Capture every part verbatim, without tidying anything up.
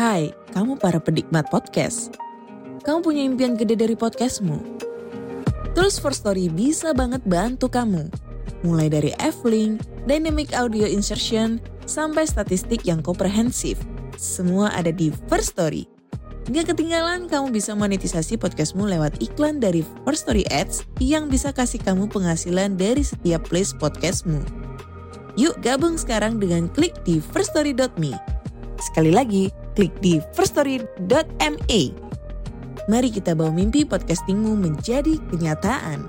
Hai, kamu para penikmat podcast. Kamu punya impian gede dari podcastmu? Tools for Story bisa banget bantu kamu. Mulai dari F-Link, Dynamic Audio Insertion, sampai statistik yang komprehensif. Semua ada di First Story. Gak ketinggalan kamu bisa monetisasi podcastmu lewat iklan dari First Story Ads yang bisa kasih kamu penghasilan dari setiap place podcastmu. Yuk gabung sekarang dengan klik di first story dot me. Sekali lagi, klik di first story dot me. Mari kita bawa mimpi podcastingmu menjadi kenyataan.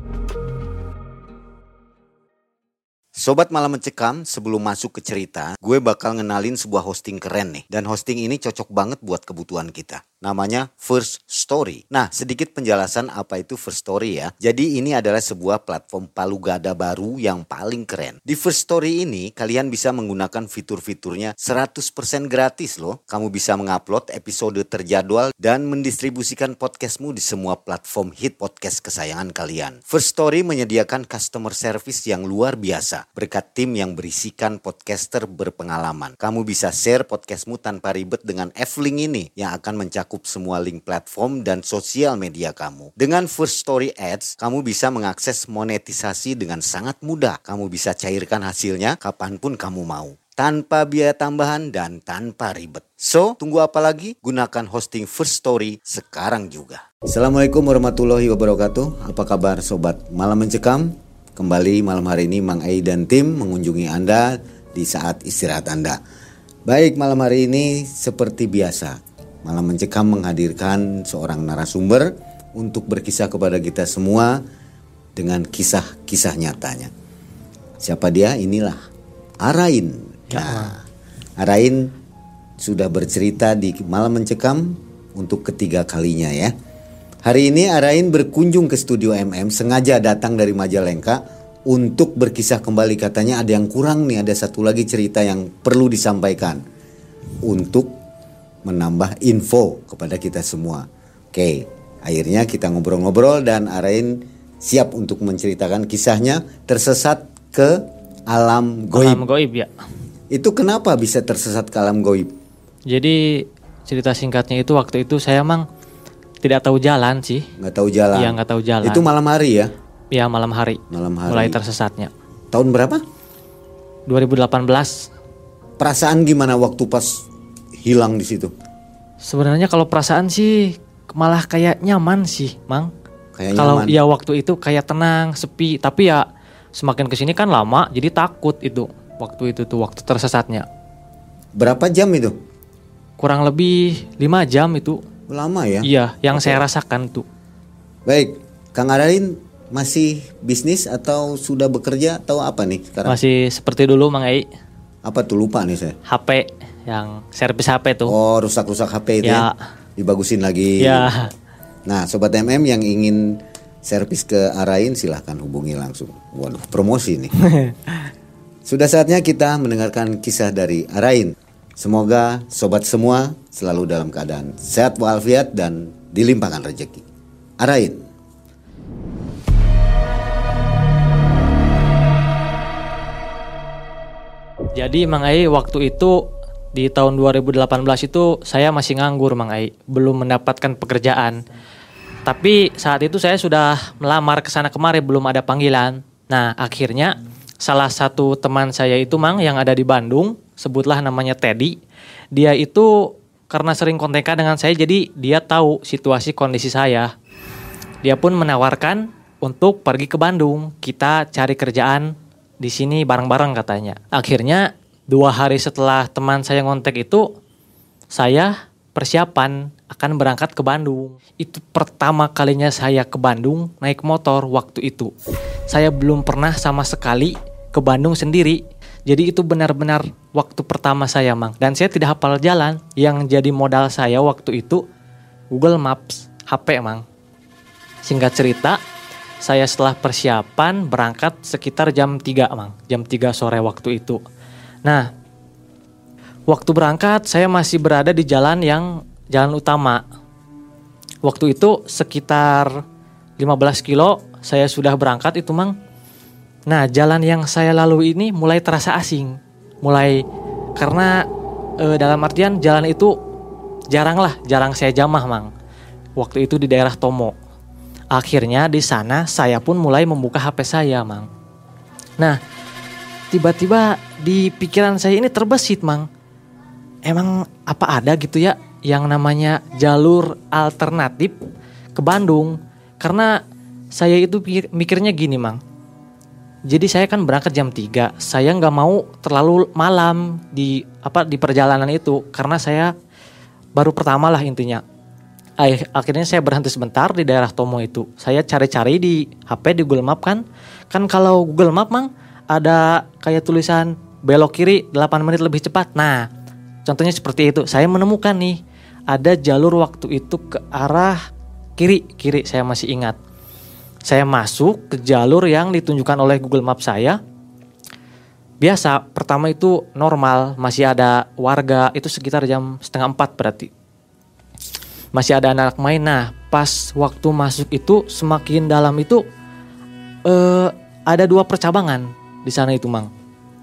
Sobat Malam Mencekam, sebelum masuk ke cerita, gue bakal ngenalin sebuah hosting keren nih. Dan hosting ini cocok banget buat kebutuhan kita. Namanya First Story. Nah, sedikit penjelasan apa itu First Story ya. Jadi ini adalah sebuah platform palu gada baru yang paling keren. Di First Story ini, kalian bisa menggunakan fitur-fiturnya seratus persen gratis loh. Kamu bisa mengupload episode terjadwal dan mendistribusikan podcastmu di semua platform hit podcast kesayangan kalian. First Story menyediakan customer service yang luar biasa. Berkat tim yang berisikan podcaster berpengalaman. Kamu bisa share podcastmu tanpa ribet dengan F-Link ini yang akan mencakup semua link platform dan sosial media kamu. Dengan First Story Ads, kamu bisa mengakses monetisasi dengan sangat mudah. Kamu bisa cairkan hasilnya kapanpun kamu mau. Tanpa biaya tambahan dan tanpa ribet. So, tunggu apa lagi? Gunakan hosting First Story sekarang juga. Assalamualaikum warahmatullahi wabarakatuh. Apa kabar Sobat Malam Mencekam? Kembali malam hari ini Mang Ai dan tim mengunjungi Anda di saat istirahat Anda. Baik, malam hari ini seperti biasa, Malam Mencekam menghadirkan seorang narasumber untuk berkisah kepada kita semua dengan kisah-kisah nyatanya. Siapa dia? Inilah Arain. Nah, Arain sudah bercerita di Malam Mencekam untuk ketiga kalinya ya. Hari ini Arain berkunjung ke studio M M, sengaja datang dari Majalengka untuk berkisah kembali. Katanya ada yang kurang nih, ada satu lagi cerita yang perlu disampaikan untuk menambah info kepada kita semua. Oke, akhirnya kita ngobrol-ngobrol dan Arain siap untuk menceritakan kisahnya tersesat ke alam goib. Alam goib ya. Itu kenapa bisa tersesat ke alam goib? Jadi cerita singkatnya itu waktu itu saya emang tidak tahu jalan sih. Nggak tahu jalan. Iya, nggak tahu jalan. Itu malam hari ya? Iya, malam hari. Malam hari. Mulai tersesatnya. Tahun berapa? dua ribu delapan belas. Perasaan gimana waktu pas hilang di situ? Sebenarnya kalau perasaan sih malah kayak nyaman sih, Mang. Kayak kalau nyaman. ya waktu itu kayak tenang, sepi. Tapi ya semakin kesini kan lama, jadi takut itu. Waktu itu tuh waktu tersesatnya. Berapa jam itu? Kurang lebih lima jam itu. Lama ya? Iya, yang Oke. saya rasakan tuh. Baik, Kang Arain masih bisnis atau sudah bekerja atau apa nih sekarang? Masih seperti dulu, Mang Ai. Apa tuh, lupa nih saya. H P yang servis H P tuh. Oh, rusak-rusak H P itu ya? Ya. Dibagusin lagi. Ya. Nah, Sobat M M yang ingin servis ke Arain silahkan hubungi langsung. Waduh, promosi nih. Sudah saatnya kita mendengarkan kisah dari Arain. Semoga sobat semua selalu dalam keadaan sehat walafiat dan dilimpahkan rezeki. Arain. Jadi Mang Ai waktu itu di tahun dua ribu delapan belas itu saya masih nganggur Mang Ai, belum mendapatkan pekerjaan. Tapi saat itu saya sudah melamar ke sana kemari, belum ada panggilan. Nah, akhirnya salah satu teman saya itu Mang yang ada di Bandung, sebutlah namanya Teddy. Dia itu karena sering kontekan dengan saya, jadi dia tahu situasi kondisi saya. Dia pun menawarkan untuk pergi ke Bandung, kita cari kerjaan di sini bareng-bareng katanya. Akhirnya dua hari setelah teman saya ngontek itu, saya persiapan akan berangkat ke Bandung. Itu pertama kalinya saya ke Bandung naik motor waktu itu. Saya belum pernah sama sekali ke Bandung sendiri. Jadi itu benar-benar waktu pertama saya, Mang. Dan saya tidak hafal jalan. Yang jadi modal saya waktu itu Google Maps, H P, Mang. Singkat cerita, saya setelah persiapan berangkat sekitar jam tiga, Mang. Jam tiga sore waktu itu. Nah, waktu berangkat saya masih berada di jalan yang jalan utama. Waktu itu sekitar lima belas kilo saya sudah berangkat itu, Mang. Nah, jalan yang saya lalui ini mulai terasa asing. Mulai karena e, dalam artian jalan itu jarang lah, jarang saya jamah Mang. Waktu itu di daerah Tomo. Akhirnya di sana saya pun mulai membuka H P saya Mang. Nah tiba-tiba di pikiran saya ini terbesit Mang. Emang apa ada gitu ya yang namanya jalur alternatif ke Bandung? Karena saya itu mikirnya gini Mang. Jadi saya kan berangkat jam tiga. Saya gak mau terlalu malam di apa di perjalanan itu. Karena saya baru pertama lah intinya. Akhirnya saya berhenti sebentar di daerah Tomo itu. Saya cari-cari di H P di Google Map kan. Kan kalau Google Map Mang ada kayak tulisan belok kiri delapan menit lebih cepat. Nah contohnya seperti itu. Saya menemukan nih ada jalur waktu itu ke arah kiri. Kiri saya masih ingat. Saya masuk ke jalur yang ditunjukkan oleh Google Map saya. Biasa, pertama itu normal, masih ada warga, itu sekitar jam setengah empat berarti. Masih ada anak main. Nah, pas waktu masuk itu semakin dalam itu eh, ada dua percabangan di sana itu Mang.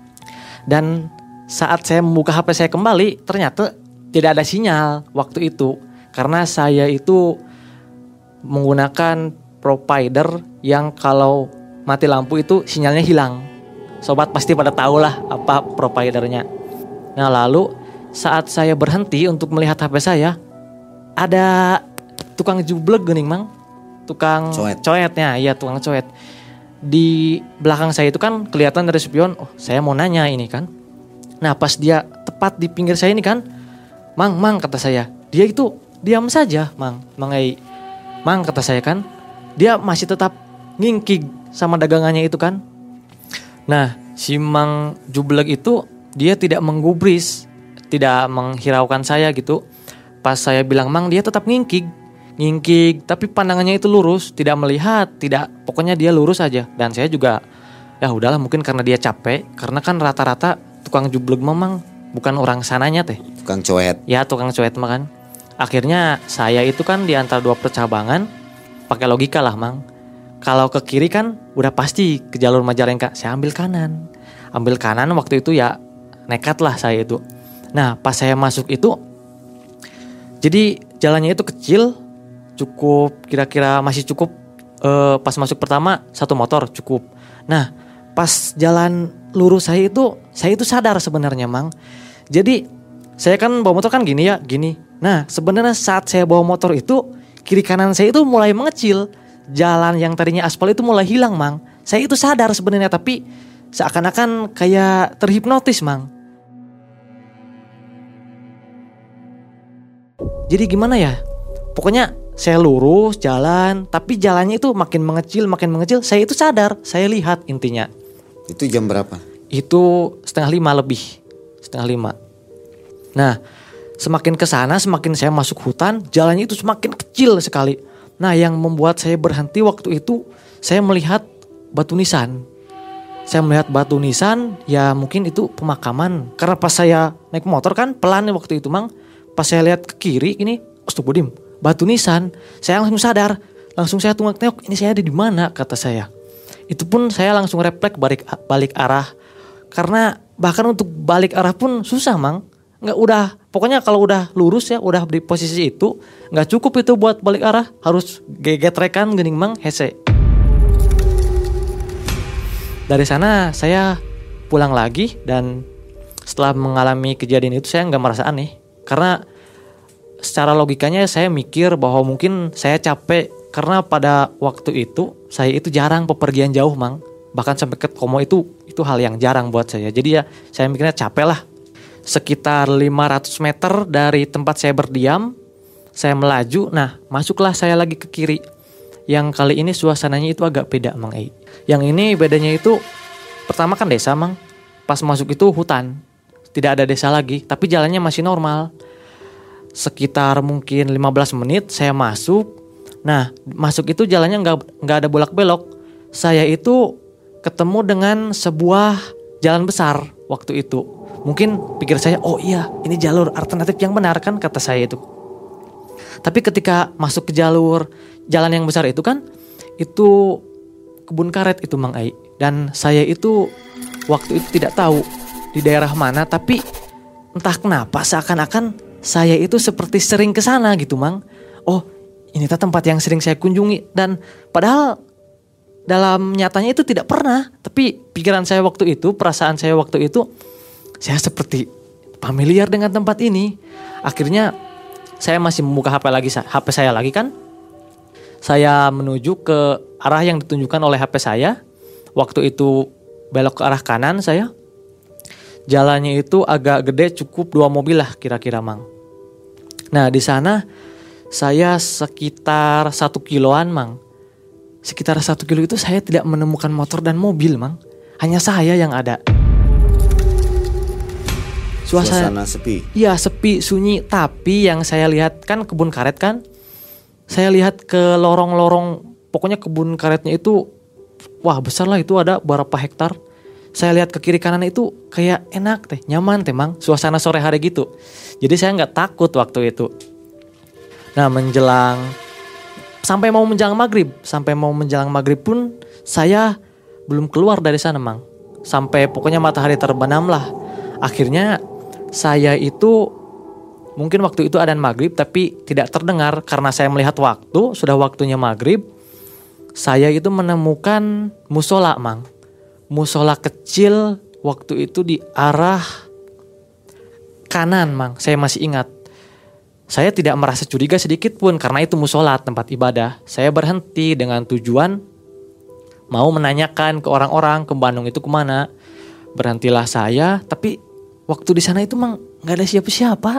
Dan saat saya membuka H P saya kembali, ternyata tidak ada sinyal waktu itu. Karena saya itu menggunakan provider yang kalau mati lampu itu sinyalnya hilang. Sobat pasti pada tahu lah apa providernya. Nah lalu saat saya berhenti untuk melihat H P saya, ada tukang jublek gening Mang. Tukang coet. coetnya, iya tukang coet. Di belakang saya itu kan kelihatan dari spion, oh saya mau nanya ini kan. Nah pas dia tepat di pinggir saya ini kan, Mang, Mang kata saya, dia itu diam saja Mang, Mang Ei. Mang kata saya kan, dia masih tetap ngingkig sama dagangannya itu kan. Nah si Mang Jublek itu dia tidak menggubris, tidak menghiraukan saya gitu. Pas saya bilang Mang, dia tetap ngingkig, ngingkig, tapi pandangannya itu lurus, tidak melihat, tidak, pokoknya dia lurus aja. Dan saya juga, ya udahlah mungkin karena dia capek, karena kan rata-rata tukang jublek memang bukan orang sananya teh. Tukang coet. Ya tukang coet mah kan. Akhirnya saya itu kan di antara dua percabangan, pakai logika lah Mang. Kalau ke kiri kan udah pasti ke jalur Majalengka, saya ambil kanan. Ambil kanan waktu itu ya nekat lah saya itu. Nah pas saya masuk itu, jadi jalannya itu kecil, cukup kira-kira masih cukup. E, pas masuk pertama satu motor cukup. Nah pas jalan lurus saya itu, saya itu sadar sebenarnya Mang. Jadi saya kan bawa motor kan gini ya, gini. Nah sebenarnya saat saya bawa motor itu, kiri kanan saya itu mulai mengecil. Jalan yang tadinya aspal itu mulai hilang Mang. Saya itu sadar sebenarnya, tapi seakan-akan kayak terhipnotis Mang. Jadi gimana ya? Pokoknya saya lurus jalan, tapi jalannya itu makin mengecil, makin mengecil. Saya itu sadar, saya lihat intinya. Itu jam berapa? Itu setengah lima lebih, setengah lima. Nah, semakin ke sana, semakin saya masuk hutan, jalannya itu semakin kecil sekali. Nah, yang membuat saya berhenti waktu itu, saya melihat batu nisan. Saya melihat batu nisan, ya mungkin itu pemakaman. Karena pas saya naik motor kan pelan waktu itu Mang. Pas saya lihat ke kiri ini, astagfirullahaladzim, batu nisan. Saya langsung sadar, langsung saya tengok-tengok, ini saya ada di mana kata saya. Itu pun saya langsung refleks balik balik arah. Karena bahkan untuk balik arah pun susah Mang. Nggak udah, pokoknya kalau udah lurus ya, udah di posisi itu, nggak cukup itu buat balik arah, harus gegetrekan gening Mang hese. Dari sana saya pulang lagi dan setelah mengalami kejadian itu saya nggak merasa aneh, karena secara logikanya saya mikir bahwa mungkin saya capek karena pada waktu itu saya itu jarang bepergian jauh Mang, bahkan sampai ke Komo itu itu hal yang jarang buat saya. Jadi ya saya mikirnya capek lah. Sekitar lima ratus meter dari tempat saya berdiam, saya melaju. Nah, masuklah saya lagi ke kiri. Yang kali ini suasananya itu agak beda, Mang Ei. Yang ini bedanya itu, pertama kan desa, Mang. Pas masuk itu hutan. Tidak ada desa lagi, tapi jalannya masih normal. Sekitar mungkin lima belas menit saya masuk. Nah, masuk itu jalannya nggak nggak ada bolak-belok. Saya itu ketemu dengan sebuah jalan besar waktu itu. Mungkin pikir saya, oh iya ini jalur alternatif yang benar kan kata saya itu. Tapi ketika masuk ke jalur jalan yang besar itu kan, itu kebun karet itu Mang Ai. Dan saya itu waktu itu tidak tahu di daerah mana, tapi entah kenapa seakan-akan saya itu seperti sering ke sana gitu Mang. Oh, ini tuh tempat yang sering saya kunjungi, dan padahal dalam nyatanya itu tidak pernah. Tapi pikiran saya waktu itu, perasaan saya waktu itu, saya seperti familiar dengan tempat ini. Akhirnya saya masih membuka H P lagi, H P saya lagi kan. Saya menuju ke arah yang ditunjukkan oleh H P saya. Waktu itu belok ke arah kanan saya. Jalannya itu agak gede, cukup dua mobil lah kira-kira Mang. Nah di sana saya sekitar satu kiloan Mang. Sekitar satu kilo itu saya tidak menemukan motor dan mobil Mang. Hanya saya yang ada. Suasana, Suasana sepi. Iya sepi, sunyi. Tapi yang saya lihat kan kebun karet kan. Saya lihat ke lorong-lorong, pokoknya kebun karetnya itu, wah besar lah itu, ada berapa hektar. Saya lihat ke kiri kanan itu kayak enak teh, nyaman teh Mang. Suasana sore hari gitu. Jadi saya nggak takut waktu itu. Nah menjelang, sampai mau menjelang maghrib, sampai mau menjelang maghrib pun saya belum keluar dari sana Mang. Sampai pokoknya matahari terbenam lah. Akhirnya saya itu mungkin waktu itu adzan maghrib tapi tidak terdengar karena saya melihat waktu sudah waktunya maghrib. Saya itu menemukan musola Mang. Musola kecil waktu itu di arah kanan Mang. Saya masih ingat. Saya tidak merasa curiga sedikit pun karena itu musola tempat ibadah. Saya berhenti dengan tujuan mau menanyakan ke orang-orang ke Bandung itu kemana. Berhentilah saya, tapi waktu di sana itu Mang nggak ada siapa-siapa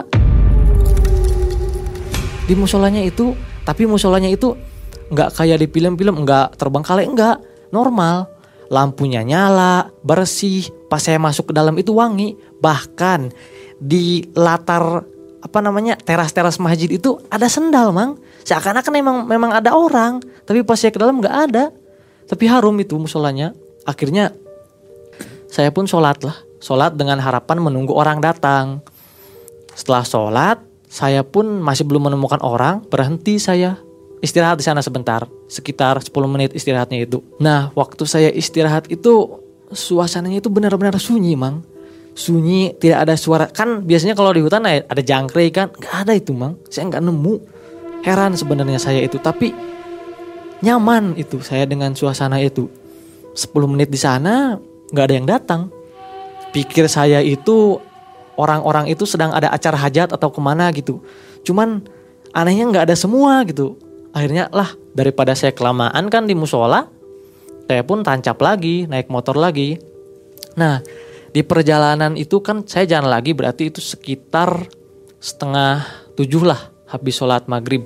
di musolanya itu. Tapi musolanya itu nggak kayak di film-film, nggak terbengkalai, nggak, normal. Lampunya nyala, bersih. Pas saya masuk ke dalam itu wangi. Bahkan di latar apa namanya teras-teras masjid itu ada sendal Mang. Seakan-akan memang memang ada orang. Tapi pas saya ke dalam nggak ada. Tapi harum itu musolanya. Akhirnya saya pun sholat lah. Sholat dengan harapan menunggu orang datang. Setelah sholat, saya pun masih belum menemukan orang. Berhenti saya istirahat di sana sebentar. Sekitar sepuluh menit istirahatnya itu. Nah, waktu saya istirahat itu suasananya itu benar-benar sunyi Mang. Sunyi, tidak ada suara. Kan biasanya kalau di hutan ada jangkrik kan. Gak ada itu Mang. Saya gak nemu. Heran sebenarnya saya itu. Tapi nyaman itu saya dengan suasana itu. sepuluh menit di sana gak ada yang datang. Pikir saya itu orang-orang itu sedang ada acara hajat atau kemana gitu. Cuman anehnya gak ada semua gitu. Akhirnya lah daripada saya kelamaan kan di musola, saya pun tancap lagi, naik motor lagi. Nah di perjalanan itu kan saya jalan lagi, berarti itu sekitar setengah tujuh lah habis sholat maghrib.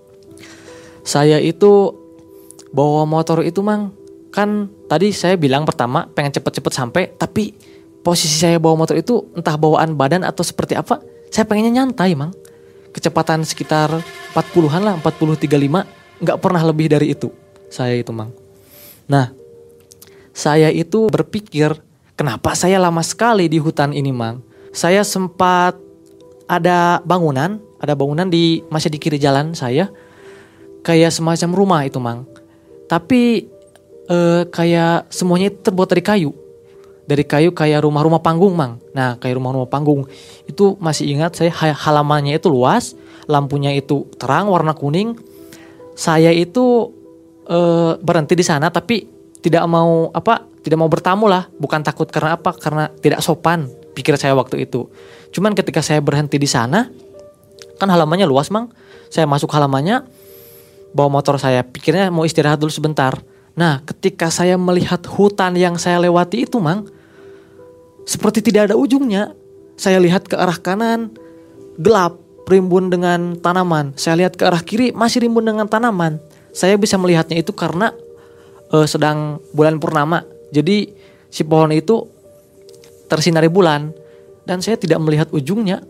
Saya itu bawa motor itu Mang, kan tadi saya bilang pertama pengen cepet-cepet sampai, tapi posisi saya bawa motor itu entah bawaan badan atau seperti apa, saya pengennya nyantai Mang. Kecepatan sekitar empat puluhan lah, empat puluh tiga puluh lima, gak pernah lebih dari itu saya itu Mang. Nah saya itu berpikir kenapa saya lama sekali di hutan ini Mang. Saya sempat ada bangunan, ada bangunan di masih di kiri jalan saya, kayak semacam rumah itu Mang. Tapi eh, kayak semuanya itu terbuat dari kayu. Dari kayu kayak rumah-rumah panggung Mang. Nah kayak rumah-rumah panggung. Itu masih ingat saya, halamannya itu luas. Lampunya itu terang warna kuning. Saya itu e, berhenti di sana tapi tidak mau apa, tidak mau bertamu lah. Bukan takut karena apa, karena tidak sopan pikir saya waktu itu. Cuman ketika saya berhenti di sana, kan halamannya luas Mang. Saya masuk halamannya, bawa motor saya, pikirnya mau istirahat dulu sebentar. Nah ketika saya melihat hutan yang saya lewati itu Mang, seperti tidak ada ujungnya. Saya lihat ke arah kanan, gelap, rimbun dengan tanaman. Saya lihat ke arah kiri, masih rimbun dengan tanaman. Saya bisa melihatnya itu karena uh, sedang bulan purnama. Jadi si pohon itu tersinari bulan. Dan saya tidak melihat ujungnya.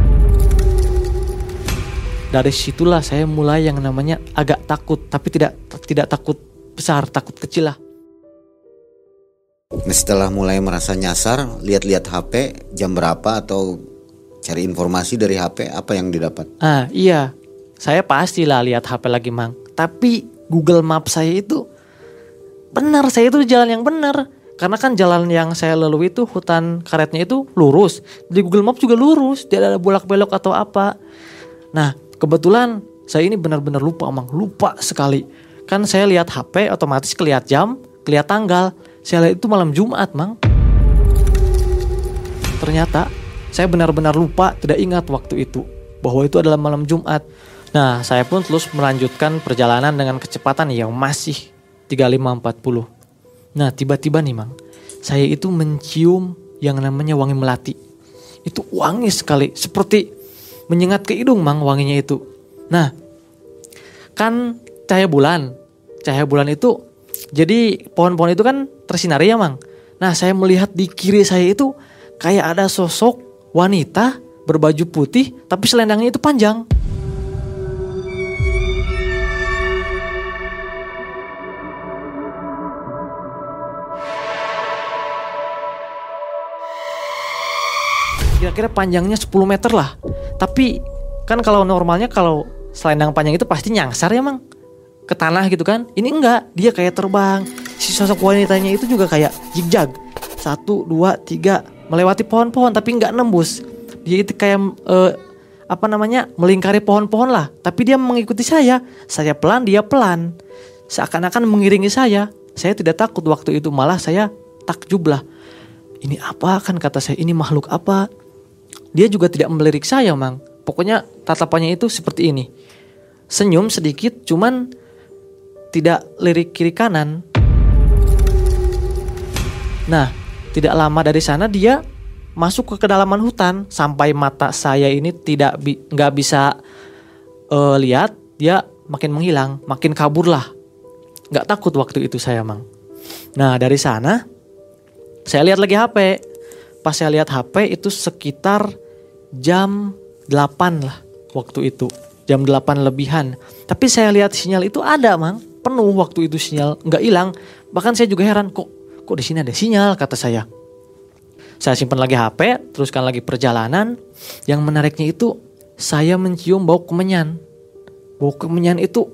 Dari situlah saya mulai yang namanya agak takut. Tapi tidak tidak takut besar, takut kecil lah. Nah, setelah mulai merasa nyasar, lihat-lihat H P jam berapa atau cari informasi dari H P, apa yang didapat? Ah iya, saya pastilah lihat H P lagi Mang. Tapi Google Maps saya itu benar, saya itu jalan yang benar. Karena kan jalan yang saya lalui itu hutan karetnya itu lurus. Di Google Map juga lurus, tidak ada bolak-belok atau apa. Nah, kebetulan saya ini benar-benar lupa, Mang. Lupa sekali. Kan saya lihat H P otomatis kelihat jam, kelihat tanggal. Saya lihat itu malam Jumat, Mang. Ternyata saya benar-benar lupa, tidak ingat waktu itu bahwa itu adalah malam Jumat. Nah, saya pun terus melanjutkan perjalanan dengan kecepatan yang masih tiga puluh lima empat puluh. Nah, tiba-tiba nih, Mang, saya itu mencium yang namanya wangi melati. Itu wangi sekali, seperti menyengat ke hidung, Mang, wanginya itu. Nah, kan cahaya bulan. Cahaya bulan itu, jadi pohon-pohon itu kan tersinari ya, Mang. Nah, saya melihat di kiri saya itu kayak ada sosok wanita berbaju putih, tapi selendangnya itu panjang. Kira-kira panjangnya sepuluh meter lah. Tapi kan kalau normalnya kalau selendang panjang itu pasti nyangsar ya, Mang, ke tanah gitu kan. Ini enggak, dia kayak terbang. Si sosok wanitanya itu juga kayak zigzag. Satu, dua, tiga, melewati pohon-pohon tapi enggak nembus. Dia itu kayak eh, apa namanya, melingkari pohon-pohon lah. Tapi dia mengikuti saya. Saya pelan, dia pelan. Seakan-akan mengiringi saya. Saya tidak takut waktu itu, malah saya takjub lah. Ini apa, kan kata saya, ini makhluk apa? Dia juga tidak melirik saya, Mang. Pokoknya tatapannya itu seperti ini. Senyum sedikit, cuman tidak lirik kiri kanan. Nah, tidak lama dari sana dia masuk ke kedalaman hutan. Sampai mata saya ini tidak bi- nggak bisa uh, lihat. Dia makin menghilang, makin kabur lah. Nggak takut waktu itu saya, Mang. Nah, dari sana saya lihat lagi H P. Pas saya lihat H P itu sekitar jam delapan lah waktu itu. Jam delapan lebihan. Tapi saya lihat sinyal itu ada, Mang. Penuh waktu itu sinyal, nggak hilang. Bahkan saya juga heran, kok kok di sini ada sinyal, kata saya. Saya simpan lagi H P, teruskan lagi perjalanan. Yang menariknya itu saya mencium bau kemenyan. Bau kemenyan itu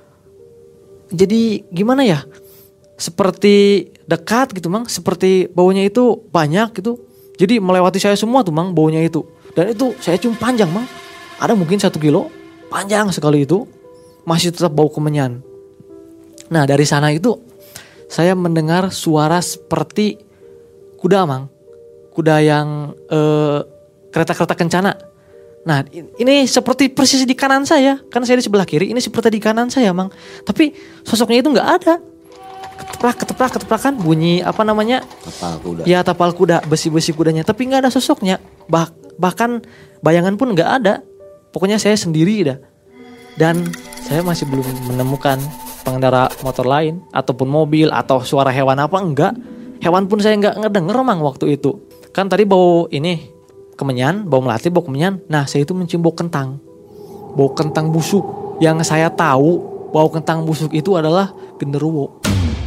jadi gimana ya? Seperti dekat gitu, Mang. Seperti baunya itu banyak gitu. Jadi melewati saya semua tuh, Mang, baunya itu. Dan itu saya cium panjang, Mang. Ada mungkin satu kilo. Panjang sekali itu. Masih tetap bau kemenyan. Nah, dari sana itu saya mendengar suara seperti kuda, Mang. Kuda yang eh, kereta-kereta kencana. Nah, ini seperti persis di kanan saya. Kan saya di sebelah kiri, ini seperti di kanan saya, Mang. Tapi sosoknya itu gak ada. Keteprak, keteprak, keteprakan bunyi apa namanya? Tapal kuda. Ya, tapal kuda, besi-besi kudanya. Tapi gak ada sosoknya. Bah, bahkan bayangan pun gak ada. Pokoknya saya sendiri dah. Dan saya masih belum menemukan pengendara motor lain. Ataupun mobil, atau suara hewan apa, enggak. Hewan pun saya gak ngedenger, Mang, waktu itu. Kan tadi bau ini, kemenyan, bau melati, bau kemenyan. Nah, saya itu mencium bau kentang. Bau kentang busuk. Yang saya tahu, bau kentang busuk itu adalah genderuwo.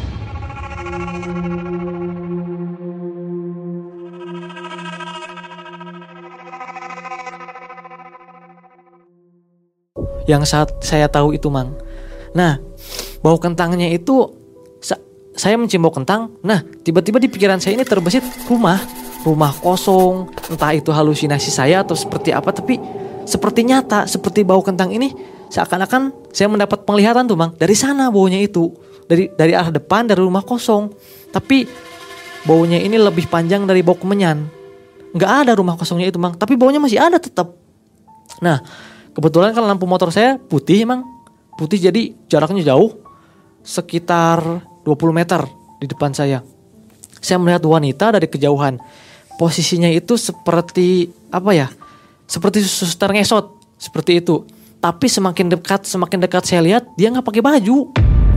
Yang saat saya tahu itu, Mang. Nah, bau kentangnya itu sa- saya mencium bau kentang. Nah, tiba-tiba di pikiran saya ini terbesit rumah, rumah kosong. Entah itu halusinasi saya atau seperti apa, tapi seperti nyata, seperti bau kentang ini seakan-akan saya mendapat penglihatan tuh, Mang. Dari sana baunya itu, dari dari arah depan, dari rumah kosong. Tapi baunya ini lebih panjang dari bau kemenyan. Nggak ada rumah kosongnya itu, Mang. Tapi baunya masih ada tetap. Nah, kebetulan kan lampu motor saya putih, Mang. Putih, jadi jaraknya jauh. Sekitar dua puluh meter di depan saya. Saya melihat wanita dari kejauhan. Posisinya itu seperti apa ya? Seperti suster ngesot, seperti itu. Tapi semakin dekat, semakin dekat saya lihat dia nggak pakai baju.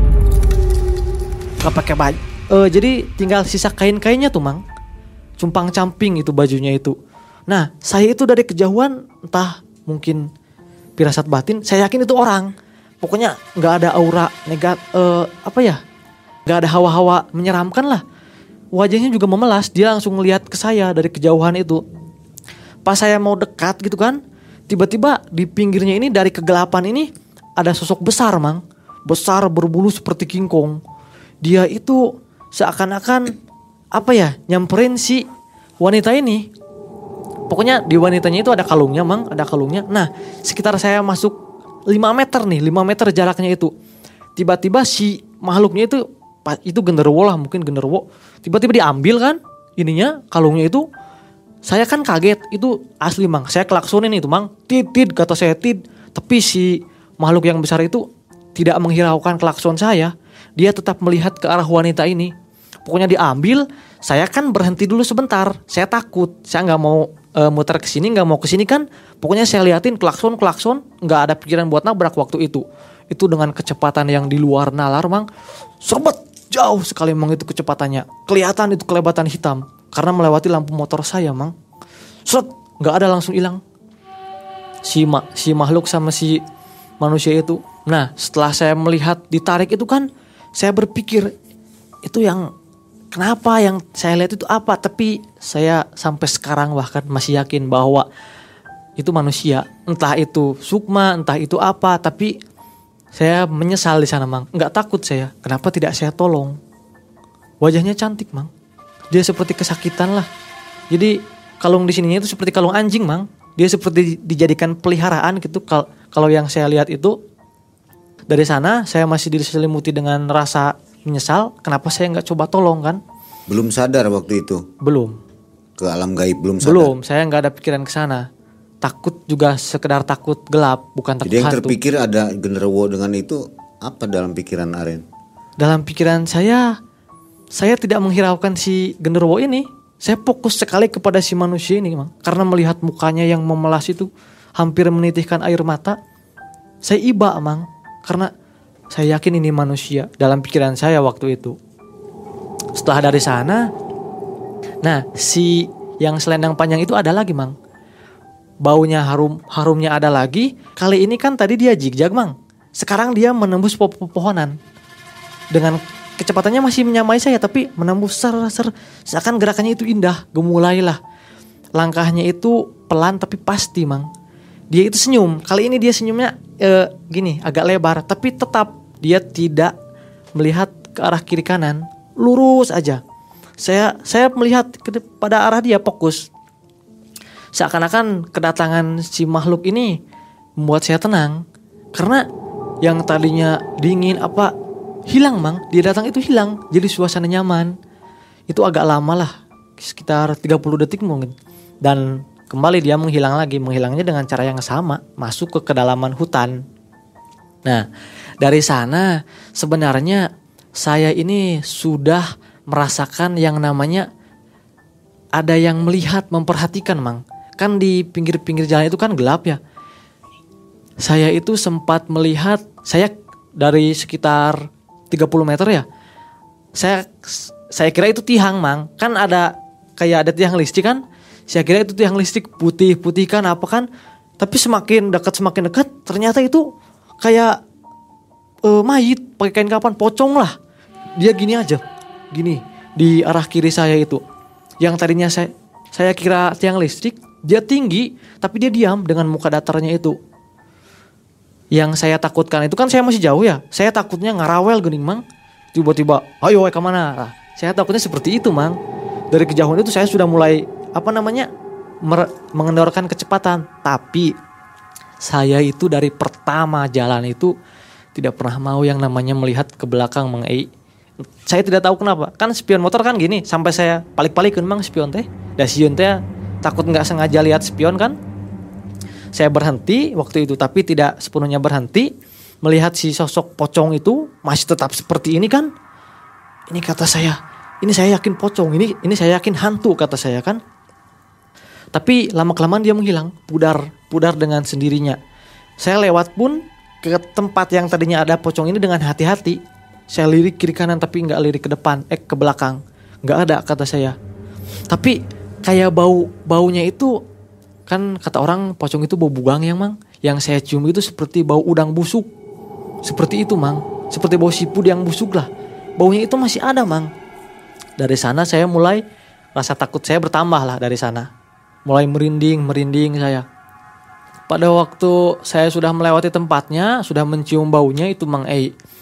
Nggak pakai baju. E, jadi tinggal sisa kain-kainnya tuh, Mang. Cumpang-camping itu bajunya itu. Nah, saya itu dari kejauhan, entah mungkin firasat batin, saya yakin itu orang. Pokoknya nggak ada aura negat, uh, apa ya, nggak ada hawa-hawa menyeramkan lah. Wajahnya juga memelas, dia langsung ngelihat ke saya dari kejauhan itu. Pas saya mau dekat gitu kan, tiba-tiba di pinggirnya ini dari kegelapan ini ada sosok besar, Mang, besar berbulu seperti King Kong. Dia itu seakan-akan apa ya, nyamperin si wanita ini. Pokoknya di wanitanya itu ada kalungnya Mang, ada kalungnya. Nah sekitar saya masuk lima meter nih, lima meter jaraknya itu. Tiba-tiba si makhluknya itu, itu genderuwo lah mungkin genderuwo. Tiba-tiba diambil kan ininya, kalungnya itu. Saya kan kaget, itu asli Mang. Saya klaksonin itu Mang, tid, tid, kata saya tid. Tapi si makhluk yang besar itu tidak menghiraukan klakson saya. Dia tetap melihat ke arah wanita ini. Pokoknya diambil, saya kan berhenti dulu sebentar. Saya takut, saya gak mau e, muter ke sini, gak mau ke sini kan. Pokoknya saya liatin klakson, klakson, gak ada pikiran buat nabrak waktu itu. Itu dengan kecepatan yang di luar nalar Mang. Sobat, jauh sekali Mang itu kecepatannya. Kelihatan itu kelebatan hitam. Karena melewati lampu motor saya Mang. Seret, gak ada, langsung hilang. Si, ma, si makhluk sama si manusia itu. Nah setelah saya melihat ditarik itu kan, saya berpikir itu yang kenapa yang saya lihat itu apa. Tapi saya sampai sekarang bahkan masih yakin bahwa itu manusia. Entah itu sukma, entah itu apa. Tapi saya menyesal di sana Mang. Gak takut saya. Kenapa tidak saya tolong? Wajahnya cantik Mang. Dia seperti kesakitan lah. Jadi kalung di sininya itu seperti kalung anjing Mang. Dia seperti dijadikan peliharaan gitu. Kalau yang saya lihat itu dari sana saya masih diselimuti dengan rasa menyesal. Kenapa saya nggak coba tolong kan? Belum sadar waktu itu. Belum. Ke alam gaib belum sadar. Belum. Saya nggak ada pikiran ke sana. Takut juga sekedar takut gelap, bukan takut hantu. Jadi yang hantu. terpikir ada genderuwo dengan itu apa dalam pikiran Aren? Dalam pikiran saya, saya tidak menghiraukan si genderuwo ini. Saya fokus sekali kepada si manusia ini Mang. Karena melihat mukanya yang memelas itu hampir menitihkan air mata. Saya iba Mang. Karena saya yakin ini manusia. Dalam pikiran saya waktu itu. Setelah dari sana, nah si yang selendang panjang itu ada lagi Mang. Baunya harum, harumnya ada lagi. Kali ini kan tadi dia jigjag Mang. Sekarang dia menembus pepohonan. Dengan kecepatannya masih menyamai saya, tapi menembus ser ser seakan gerakannya itu indah, gemulailah. Langkahnya itu pelan tapi pasti Mang. Dia itu senyum. Kali ini dia senyumnya e, gini, agak lebar, tapi tetap dia tidak melihat ke arah kiri kanan, lurus aja. Saya saya melihat ke, pada arah dia, fokus. Seakan-akan kedatangan si makhluk ini membuat saya tenang, karena yang tadinya dingin apa hilang Mang, dia datang itu hilang. Jadi suasana nyaman. Itu agak lama lah, sekitar tiga puluh detik mungkin. Dan kembali dia menghilang lagi. Menghilangnya dengan cara yang sama, masuk ke kedalaman hutan. Nah dari sana sebenarnya saya ini sudah merasakan yang namanya ada yang melihat, memperhatikan Mang. Kan di pinggir-pinggir jalan itu kan gelap ya. Saya itu sempat melihat, saya dari sekitar tiga puluh meter ya. Saya saya kira itu tiang Mang. Kan ada kayak ada tiang listrik kan. Saya kira itu tiang listrik putih-putih kan apa kan. Tapi semakin dekat semakin dekat ternyata itu kayak uh, mayit pakai kain kapan, pocong lah. Dia gini aja. Gini di arah kiri saya itu. Yang tadinya saya saya kira tiang listrik, dia tinggi tapi dia diam dengan muka datarnya itu. Yang saya takutkan itu kan saya masih jauh ya. Saya takutnya ngarawel gening Mang. Tiba-tiba, ayo ke mana? Nah, saya takutnya seperti itu Mang. Dari kejauhan itu saya sudah mulai apa namanya mer- mengendorkan kecepatan. Tapi saya itu dari pertama jalan itu tidak pernah mau yang namanya melihat ke belakang Mang Ei. Saya tidak tahu kenapa. Kan spion motor kan gini. Sampai saya palik-palikin Mang spion teh. Dan spion teh takut gak sengaja lihat spion kan. Saya berhenti waktu itu, tapi tidak sepenuhnya berhenti. Melihat si sosok pocong itu masih tetap seperti ini kan. Ini kata saya, ini saya yakin pocong, ini ini saya yakin hantu kata saya kan. Tapi lama-kelamaan dia menghilang, pudar, pudar dengan sendirinya. Saya lewat pun ke tempat yang tadinya ada pocong ini dengan hati-hati. Saya lirik kiri kanan tapi gak lirik ke depan, eh ke belakang. Gak ada kata saya. Tapi kayak bau, baunya itu kan kata orang pocong itu bau bugang yang Mang. Yang saya cium itu seperti bau udang busuk. Seperti itu Mang. Seperti bau siput yang busuk lah. Baunya itu masih ada Mang. Dari sana saya mulai rasa takut saya bertambah lah dari sana. Mulai merinding, merinding saya. Pada waktu saya sudah melewati tempatnya, sudah mencium baunya itu Mang Ei.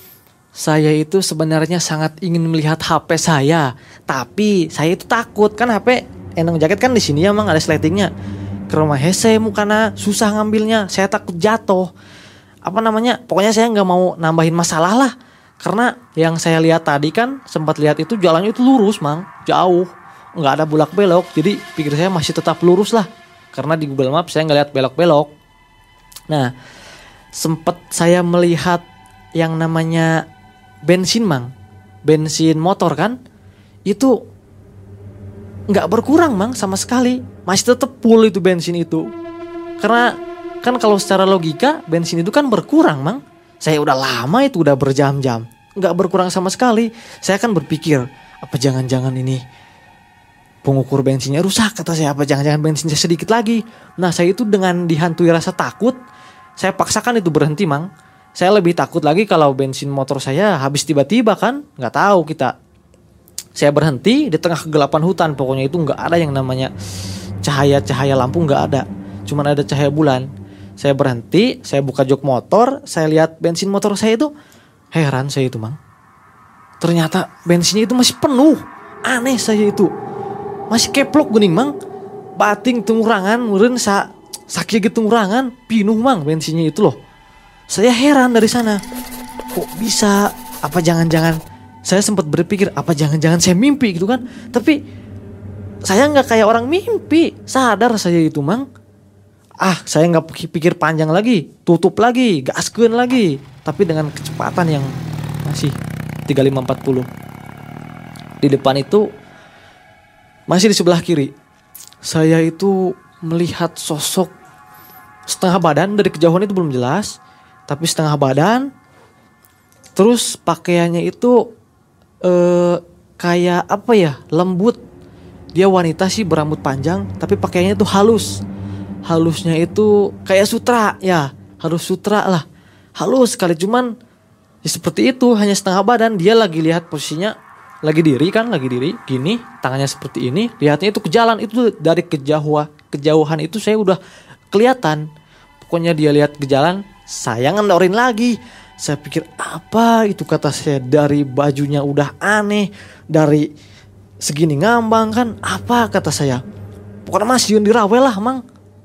Saya itu sebenarnya sangat ingin melihat H P saya, tapi saya itu takut kan H P enong jaket kan di sini ya mang ada sletingnya. Ke rumah hese mukana susah ngambilnya, saya takut jatuh. Apa namanya? Pokoknya saya nggak mau nambahin masalah lah. Karena yang saya lihat tadi kan sempat lihat itu jalannya itu lurus mang, jauh, nggak ada bulak belok. Jadi pikir saya masih tetap lurus lah. Karena di Google Maps saya nggak lihat belok-belok. Nah, sempat saya melihat yang namanya bensin mang, bensin motor kan, itu nggak berkurang mang sama sekali, masih tetap full itu bensin itu. Karena kan kalau secara logika bensin itu kan berkurang mang. Saya udah lama itu udah berjam-jam, nggak berkurang sama sekali. Saya kan berpikir apa jangan-jangan ini pengukur bensinnya rusak, kata saya, apa jangan-jangan bensinnya sedikit lagi. Nah saya itu dengan dihantui rasa takut, saya paksakan itu berhenti mang. Saya lebih takut lagi kalau bensin motor saya habis tiba-tiba kan, nggak tahu kita. Saya berhenti di tengah kegelapan hutan, pokoknya itu nggak ada yang namanya cahaya-cahaya lampu, nggak ada, cuman ada cahaya bulan. Saya berhenti, saya buka jok motor, saya lihat bensin motor saya itu, heran saya itu mang. Ternyata bensinnya itu masih penuh, aneh saya itu, masih keplok gening mang, bating tungurangan, meureun sa sakit gitu tungurangan, pinuh mang bensinnya itu loh. Saya heran dari sana, kok bisa? Apa jangan-jangan saya sempat berpikir apa jangan-jangan saya mimpi gitu kan? Tapi saya nggak kayak orang mimpi, sadar saya itu mang. Ah, saya nggak pikir panjang lagi, tutup lagi, gaskeun lagi, tapi dengan kecepatan yang masih tiga puluh lima empat puluh. Di depan itu masih di sebelah kiri, saya itu melihat sosok setengah badan, dari kejauhan itu belum jelas, tapi setengah badan. Terus pakaiannya itu eh, kayak apa ya, lembut. Dia wanita sih, berambut panjang, tapi pakaiannya itu halus. Halusnya itu kayak sutra ya, halus sutra lah, halus sekali. Cuman ya seperti itu, hanya setengah badan. Dia lagi lihat posisinya, lagi diri kan, lagi diri gini, tangannya seperti ini, lihatnya itu ke jalan. Itu dari kejauhan, kejauhan itu saya udah kelihatan. Pokoknya dia lihat ke jalan, saya ngendorin lagi. Saya pikir apa itu, kata saya, dari bajunya udah aneh, dari segini ngambang kan, apa kata saya. Pokoknya masih dirawel lah mang.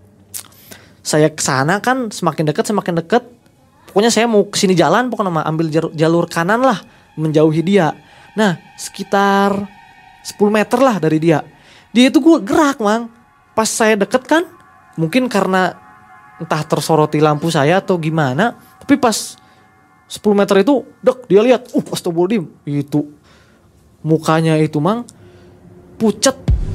Saya kesana kan, semakin dekat semakin dekat. Pokoknya saya mau kesini jalan, pokoknya mah ambil jalur, jalur kanan lah, menjauhi dia. Nah sekitar sepuluh meter lah dari dia. Dia itu gue gerak mang. Pas saya deket kan, mungkin karena entah tersoroti lampu saya atau gimana, tapi pas sepuluh meter itu dek dia lihat, uh astagfirullahaladzim, itu mukanya itu mang pucet.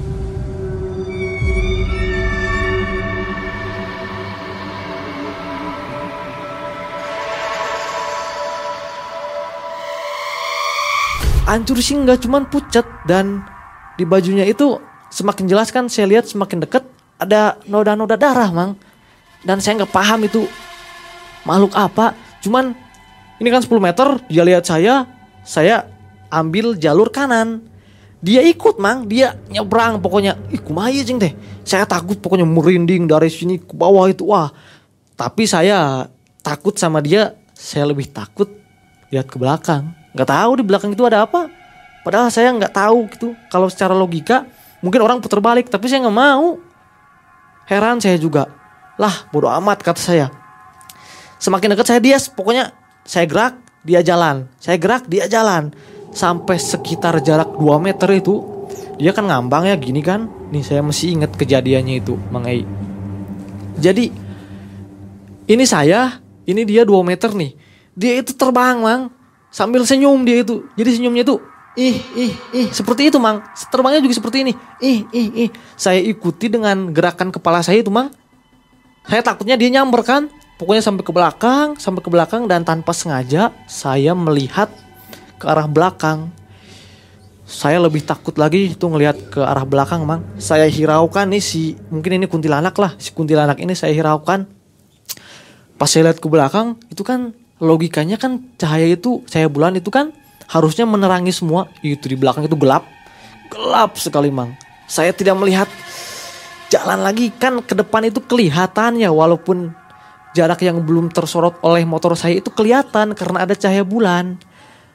Hancur sih enggak, cuman pucet. Dan di bajunya itu semakin jelas kan, saya lihat semakin deket ada noda-noda darah mang. Dan saya gak paham itu makhluk apa. Cuman ini kan sepuluh meter, dia lihat saya, saya ambil jalur kanan. Dia ikut mang, dia nyebrang pokoknya. Ih kumaha ieu cing teh. Saya takut pokoknya, merinding dari sini ke bawah itu. Wah, tapi saya takut sama dia, saya lebih takut lihat ke belakang. Gak tahu di belakang itu ada apa. Padahal saya gak tahu gitu. Kalau secara logika mungkin orang putar balik, tapi saya gak mau. Heran saya juga. Lah bodo amat kata saya. Semakin dekat saya, dia pokoknya saya gerak dia jalan, saya gerak dia jalan. Sampai sekitar jarak dua meter itu dia kan ngambang ya gini kan. Nih saya masih ingat kejadiannya itu Mang Ei. Jadi ini saya, ini dia dua meter nih. Dia itu terbang mang, sambil senyum dia itu. Jadi senyumnya itu ih ih ih seperti itu mang. Terbangnya juga seperti ini. Ih ih ih. Saya ikuti dengan gerakan kepala saya itu mang. Saya takutnya dia nyamber kan. Pokoknya sampai ke belakang, sampai ke belakang, dan tanpa sengaja saya melihat ke arah belakang. Saya lebih takut lagi itu ngelihat ke arah belakang mang. Saya hiraukan nih si, mungkin ini kuntilanak lah, si kuntilanak ini saya hiraukan. Pas saya lihat ke belakang, itu kan logikanya kan cahaya itu, cahaya bulan itu kan harusnya menerangi semua. Itu di belakang itu gelap, gelap sekali mang. Saya tidak melihat jalan lagi kan, ke depan itu kelihatan ya, walaupun jarak yang belum tersorot oleh motor saya itu kelihatan karena ada cahaya bulan.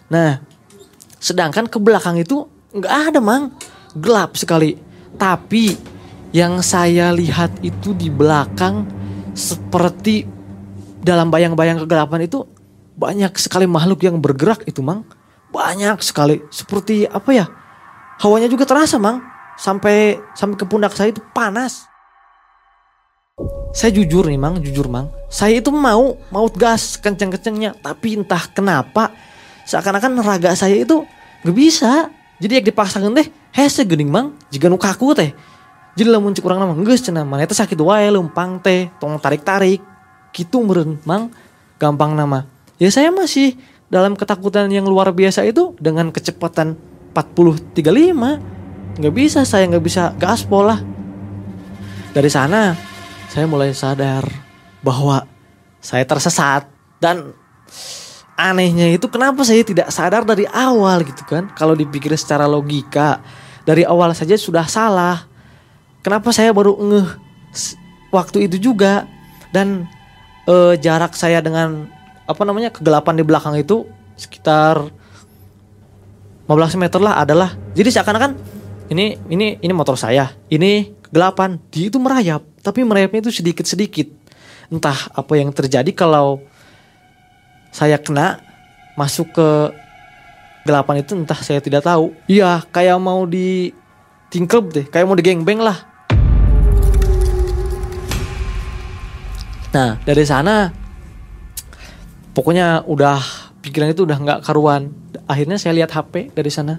Nah, sedangkan ke belakang itu nggak ada Mang, gelap sekali. Tapi yang saya lihat itu di belakang seperti dalam bayang-bayang kegelapan itu banyak sekali makhluk yang bergerak itu Mang. Banyak sekali, seperti apa ya? Hawanya juga terasa Mang, sampai sampai ke pundak saya itu panas. Saya jujur nih Mang, jujur Mang, saya itu mau mau gas kenceng-kencengnya, tapi entah kenapa seakan-akan raga saya itu gak bisa. Jadi yang dipaksakan teh hese geuning Mang, jika nu kaku teh. Jadi lamun cek urang nama geus cenah mana teh sakit wae leumpang teh, tong tarik-tarik. Kitu meureun Mang, gampang nama. Ya saya masih dalam ketakutan yang luar biasa itu dengan kecepatan empat puluh tiga puluh lima. Gak bisa, saya gak bisa gaspol lah. Dari sana saya mulai sadar bahwa saya tersesat. Dan anehnya itu kenapa saya tidak sadar dari awal gitu kan. Kalau dipikir secara logika, dari awal saja sudah salah. Kenapa saya baru ngeh waktu itu juga. Dan eh, jarak saya dengan apa namanya kegelapan di belakang itu sekitar lima belas meter lah adalah. Jadi seakan-akan ini ini ini motor saya, ini kegelapan, dia itu merayap, tapi merayapnya itu sedikit-sedikit. Entah apa yang terjadi kalau saya kena masuk ke gelapan itu, entah saya tidak tahu. Iya, kayak mau ditingklep deh, kayak mau digengbeng lah. Nah, dari sana pokoknya udah pikiran itu udah nggak karuan. Akhirnya saya lihat H P dari sana.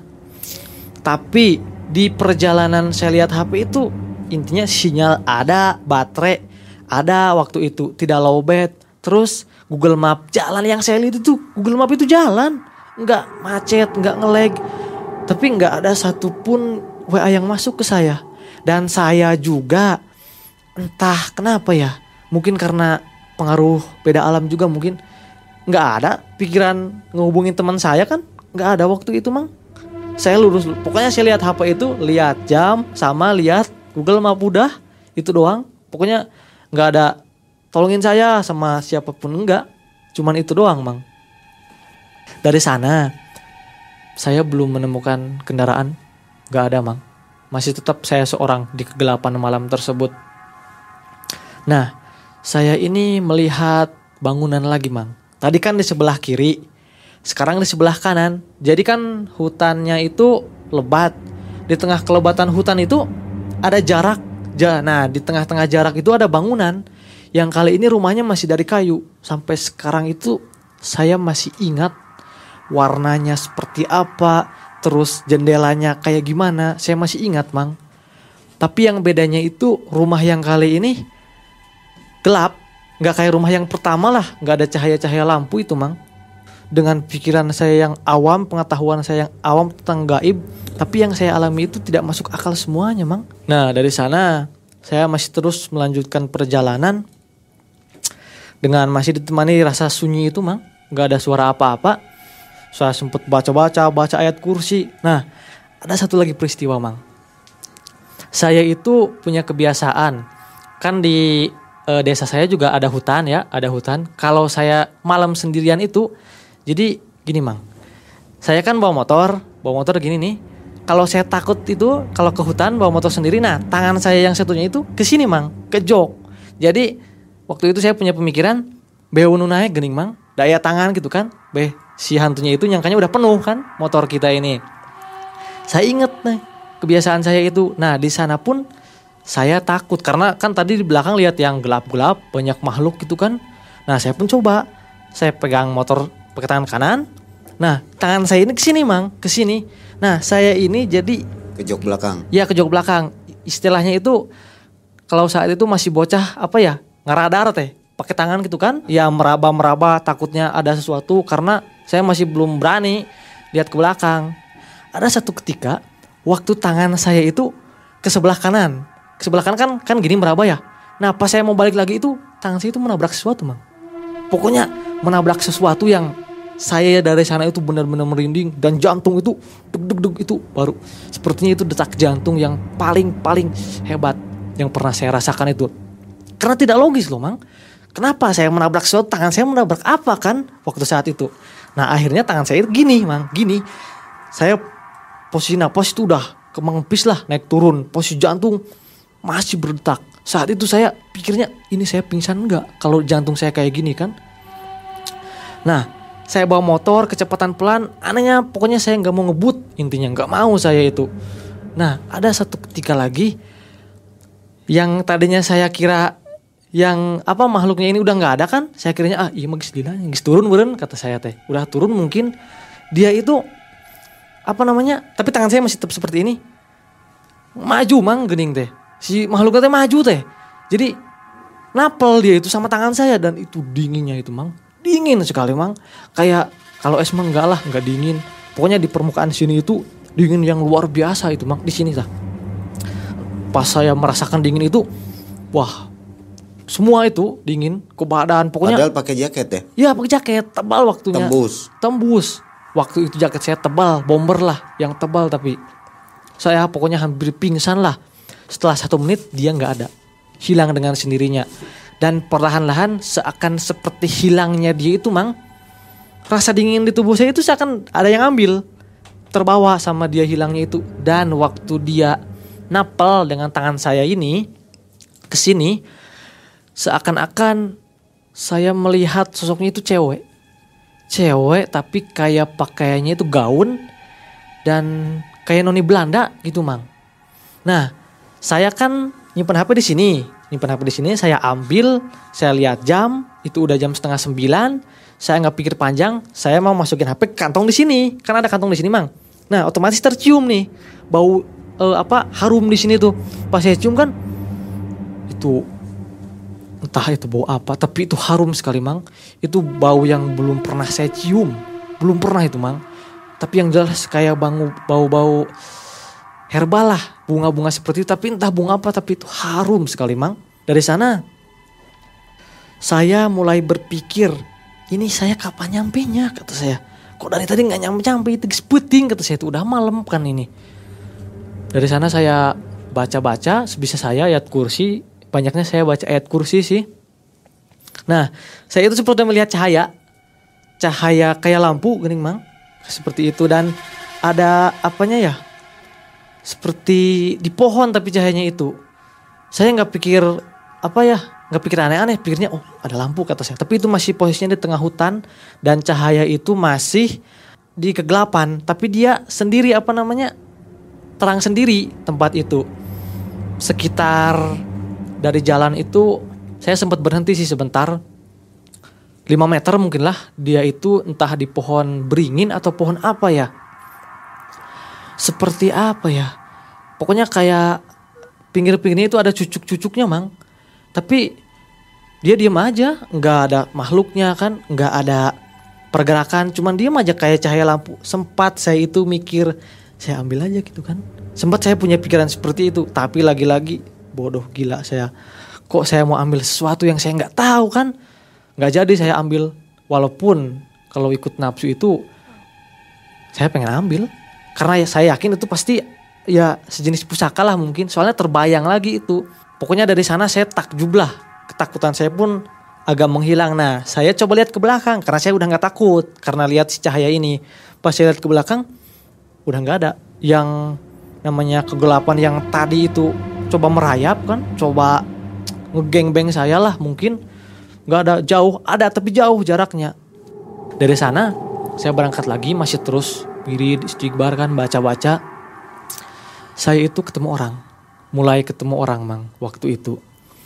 Tapi di perjalanan saya lihat H P itu intinya sinyal ada, baterai ada waktu itu, tidak lowbat. Terus Google Map jalan yang saya lihat itu, Google Map itu jalan, nggak macet, nggak nge-lag. Tapi nggak ada satupun W A yang masuk ke saya. Dan saya juga entah kenapa ya, mungkin karena pengaruh beda alam juga mungkin, nggak ada pikiran ngehubungin teman saya kan, nggak ada waktu itu Mang. Saya lurus, pokoknya saya lihat H P itu, lihat jam sama lihat Google Map udah, itu doang. Pokoknya nggak ada tolongin saya sama siapapun, enggak. Cuman itu doang Mang. Dari sana saya belum menemukan kendaraan, nggak ada Mang. Masih tetap saya seorang di kegelapan malam tersebut. Nah, saya ini melihat bangunan lagi Mang. Tadi kan di sebelah kiri, sekarang di sebelah kanan. Jadi kan hutannya itu lebat. Di tengah kelebatan hutan itu ada jarak. Nah, di tengah-tengah jarak itu ada bangunan. Yang kali ini rumahnya masih dari kayu. Sampai sekarang itu saya masih ingat warnanya seperti apa, terus jendelanya kayak gimana. Saya masih ingat Mang. Tapi yang bedanya itu rumah yang kali ini gelap. Gak kayak rumah yang pertama lah, gak ada cahaya-cahaya lampu itu Mang. Dengan pikiran saya yang awam, pengetahuan saya yang awam tentang gaib, tapi yang saya alami itu tidak masuk akal semuanya Mang. Nah dari sana saya masih terus melanjutkan perjalanan dengan masih ditemani rasa sunyi itu Mang. Gak ada suara apa-apa. Saya sempat baca-baca, baca ayat kursi. Nah ada satu lagi peristiwa Mang. Saya itu punya kebiasaan, kan di e, desa saya juga ada hutan ya, ada hutan. Kalau saya malam sendirian itu, jadi gini Mang, saya kan bawa motor, bawa motor gini nih. Kalau saya takut itu, kalau ke hutan bawa motor sendiri, nah tangan saya yang satunya itu ke sini Mang, ke jok. Jadi waktu itu saya punya pemikiran, beu nu naik gening Mang, daya tangan gitu kan, beh si hantunya itu nyangkanya udah penuh kan motor kita ini. Saya inget nih kebiasaan saya itu. Nah di sana pun saya takut karena kan tadi di belakang lihat yang gelap-gelap, banyak makhluk gitu kan. Nah saya pun coba, saya pegang motor pakai tangan kanan. Nah, tangan saya ini ke sini, Mang, ke sini. Nah, saya ini jadi ke jok belakang. Ya, ke jok belakang. Istilahnya itu kalau saat itu masih bocah apa ya? Ngeradar teh. Pakai tangan gitu kan? Ya meraba-meraba takutnya ada sesuatu karena saya masih belum berani lihat ke belakang. Ada satu ketika waktu tangan saya itu ke sebelah kanan. Ke sebelah kanan kan kan gini meraba ya. Nah, pas saya mau balik lagi itu tangan saya itu menabrak sesuatu, Mang. Pokoknya menabrak sesuatu yang saya dari sana itu benar-benar merinding dan jantung itu deg-deg itu baru sepertinya itu detak jantung yang paling-paling hebat yang pernah saya rasakan itu. Karena tidak logis loh, Mang. Kenapa saya menabrak sesuatu, tangan saya menabrak apa kan waktu saat itu. Nah akhirnya tangan saya itu gini mang, gini. Saya posisi napas itu udah kemengepis lah, naik turun. Posisi jantung masih berdetak. Saat itu saya pikirnya, ini saya pingsan enggak kalau jantung saya kayak gini kan. Nah saya bawa motor kecepatan pelan. Anehnya pokoknya saya gak mau ngebut. Intinya gak mau saya itu. Nah ada satu ketika lagi, yang tadinya saya kira yang apa makhluknya ini udah nggak ada kan, saya kiranya ah iya magis dilanya gis turun beren kata saya teh, udah turun mungkin dia itu apa namanya, tapi tangan saya masih tetap seperti ini, maju mang gening teh, si makhluknya teh maju teh, jadi napel dia itu sama tangan saya dan itu dinginnya itu mang, dingin sekali mang, kayak kalau es mang enggak lah nggak dingin, pokoknya di permukaan sini itu dingin yang luar biasa itu mang, di sini tah. Pas saya merasakan dingin itu, wah semua itu dingin ke badan pokoknya. Padahal pakai jaket ya? Iya pakai jaket tebal waktunya. Tembus. Tembus. Waktu itu jaket saya tebal, bomber lah yang tebal, tapi saya pokoknya hampir pingsan lah. Setelah satu menit dia nggak ada, hilang dengan sendirinya. Dan perlahan-lahan seakan seperti hilangnya dia itu mang, rasa dingin di tubuh saya itu seakan ada yang ambil, terbawa sama dia hilangnya itu. Dan waktu dia napel dengan tangan saya ini ke sini, seakan-akan saya melihat sosoknya itu cewek. Cewek tapi kayak pakaiannya itu gaun dan kayak noni Belanda gitu, Mang. Nah, saya kan nyimpen H P di sini. Nyimpen H P di sini, saya ambil, saya lihat jam, itu udah jam setengah sembilan. Saya nggak pikir panjang, saya mau masukin H P ke kantong di sini. Kan ada kantong di sini, Mang. Nah, otomatis tercium nih bau eh, apa harum di sini tuh. Pas saya cium kan itu entah itu bau apa, tapi itu harum sekali, Mang. Itu bau yang belum pernah saya cium. Belum pernah itu, Mang. Tapi yang jelas kayak bangu, bau-bau herbal lah, bunga-bunga seperti itu. Tapi entah bunga apa, tapi itu harum sekali, Mang. Dari sana saya mulai berpikir, ini saya kapan nyampenya, kata saya. Kok dari tadi gak nyampe-nyampe, itu sebuting, kata saya. Itu udah malam kan ini. Dari sana saya baca-baca sebisa saya ayat kursi. Banyaknya saya baca ayat kursi sih. Nah, saya itu seperti melihat cahaya. Cahaya kayak lampu gening, Mang. Seperti itu, dan ada apanya ya? Seperti di pohon tapi cahayanya itu. Saya gak pikir apa ya, gak pikir aneh-aneh. Pikirnya oh ada lampu, kata saya. Tapi itu masih posisinya di tengah hutan. Dan cahaya itu masih di kegelapan. Tapi dia sendiri apa namanya, terang sendiri tempat itu. Sekitar dari jalan itu saya sempat berhenti sih sebentar, lima meter mungkin lah. Dia itu entah di pohon beringin atau pohon apa ya, seperti apa ya, pokoknya kayak pinggir-pinggirnya itu ada cucuk-cucuknya, Mang. Tapi dia diam aja, nggak ada makhluknya kan, nggak ada pergerakan, cuman diam aja kayak cahaya lampu. Sempat saya itu mikir, saya ambil aja gitu kan. Sempat saya punya pikiran seperti itu, tapi lagi-lagi bodoh gila saya. Kok saya mau ambil sesuatu yang saya nggak tahu kan? Nggak jadi saya ambil. Walaupun kalau ikut nafsu itu saya pengen ambil, karena ya saya yakin itu pasti ya sejenis pusaka lah mungkin. Soalnya terbayang lagi itu. Pokoknya dari sana saya takjub lah. Ketakutan saya pun agak menghilang. Nah, saya coba lihat ke belakang karena saya udah nggak takut karena lihat si cahaya ini. Pas saya lihat ke belakang, udah nggak ada. Yang namanya kegelapan yang tadi itu coba merayap kan, coba ngegeng-beng saya lah mungkin. Gak ada, jauh, ada tapi jauh jaraknya. Dari sana saya berangkat lagi, masih terus wirid, istighbar kan, baca-baca. Saya itu ketemu orang, mulai ketemu orang, Mang, waktu itu.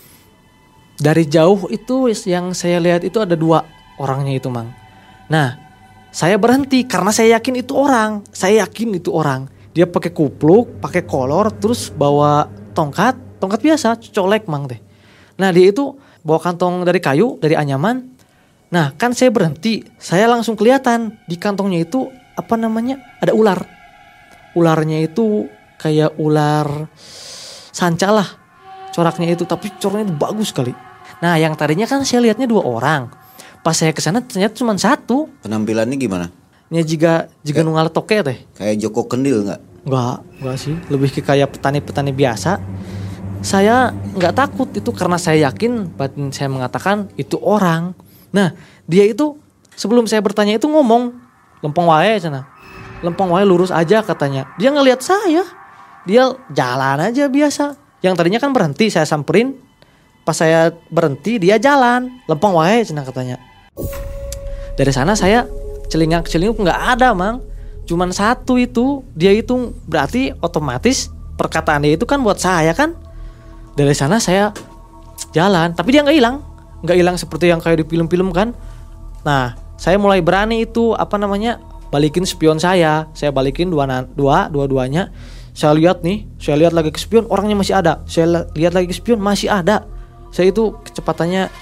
Dari jauh itu yang saya lihat itu ada dua orangnya itu, Mang. Nah, saya berhenti karena saya yakin itu orang. Saya yakin itu orang. Dia pakai kupluk, pakai kolor, terus bawa tongkat, tongkat biasa, colek, Mang teh. Nah dia itu bawa kantong dari kayu, dari anyaman. Nah kan saya berhenti, saya langsung kelihatan di kantongnya itu apa namanya, ada ular. Ularnya itu kayak ular sanca lah coraknya itu, tapi coraknya itu bagus sekali. Nah yang tadinya kan saya lihatnya dua orang, pas saya kesana ternyata cuma satu. Penampilannya gimana? Ini jika jika nunggal toke teh. Kayak Joko Kendil nggak? Enggak, enggak sih. Lebih ke kayak petani-petani biasa. Saya enggak takut itu karena saya yakin batin saya mengatakan itu orang. Nah, dia itu sebelum saya bertanya itu ngomong, lempeng wae cenah. Lempeng wae lurus aja katanya. Dia ngelihat saya. Dia jalan aja biasa. Yang tadinya kan berhenti, saya samperin. Pas saya berhenti dia jalan. Lempeng wae cenah katanya. Dari sana saya celingak-celinguk nggak ada mang. Cuman satu itu. Dia itu berarti otomatis perkataan dia itu kan buat saya kan. Dari sana saya jalan. Tapi dia nggak hilang. Nggak hilang seperti yang kayak di film-film kan. Nah saya mulai berani itu apa namanya balikin spion saya. Saya balikin dua, dua, dua-duanya. Saya lihat nih, saya lihat lagi ke spion orangnya masih ada. Saya lihat lagi ke spion masih ada. Saya itu kecepatannya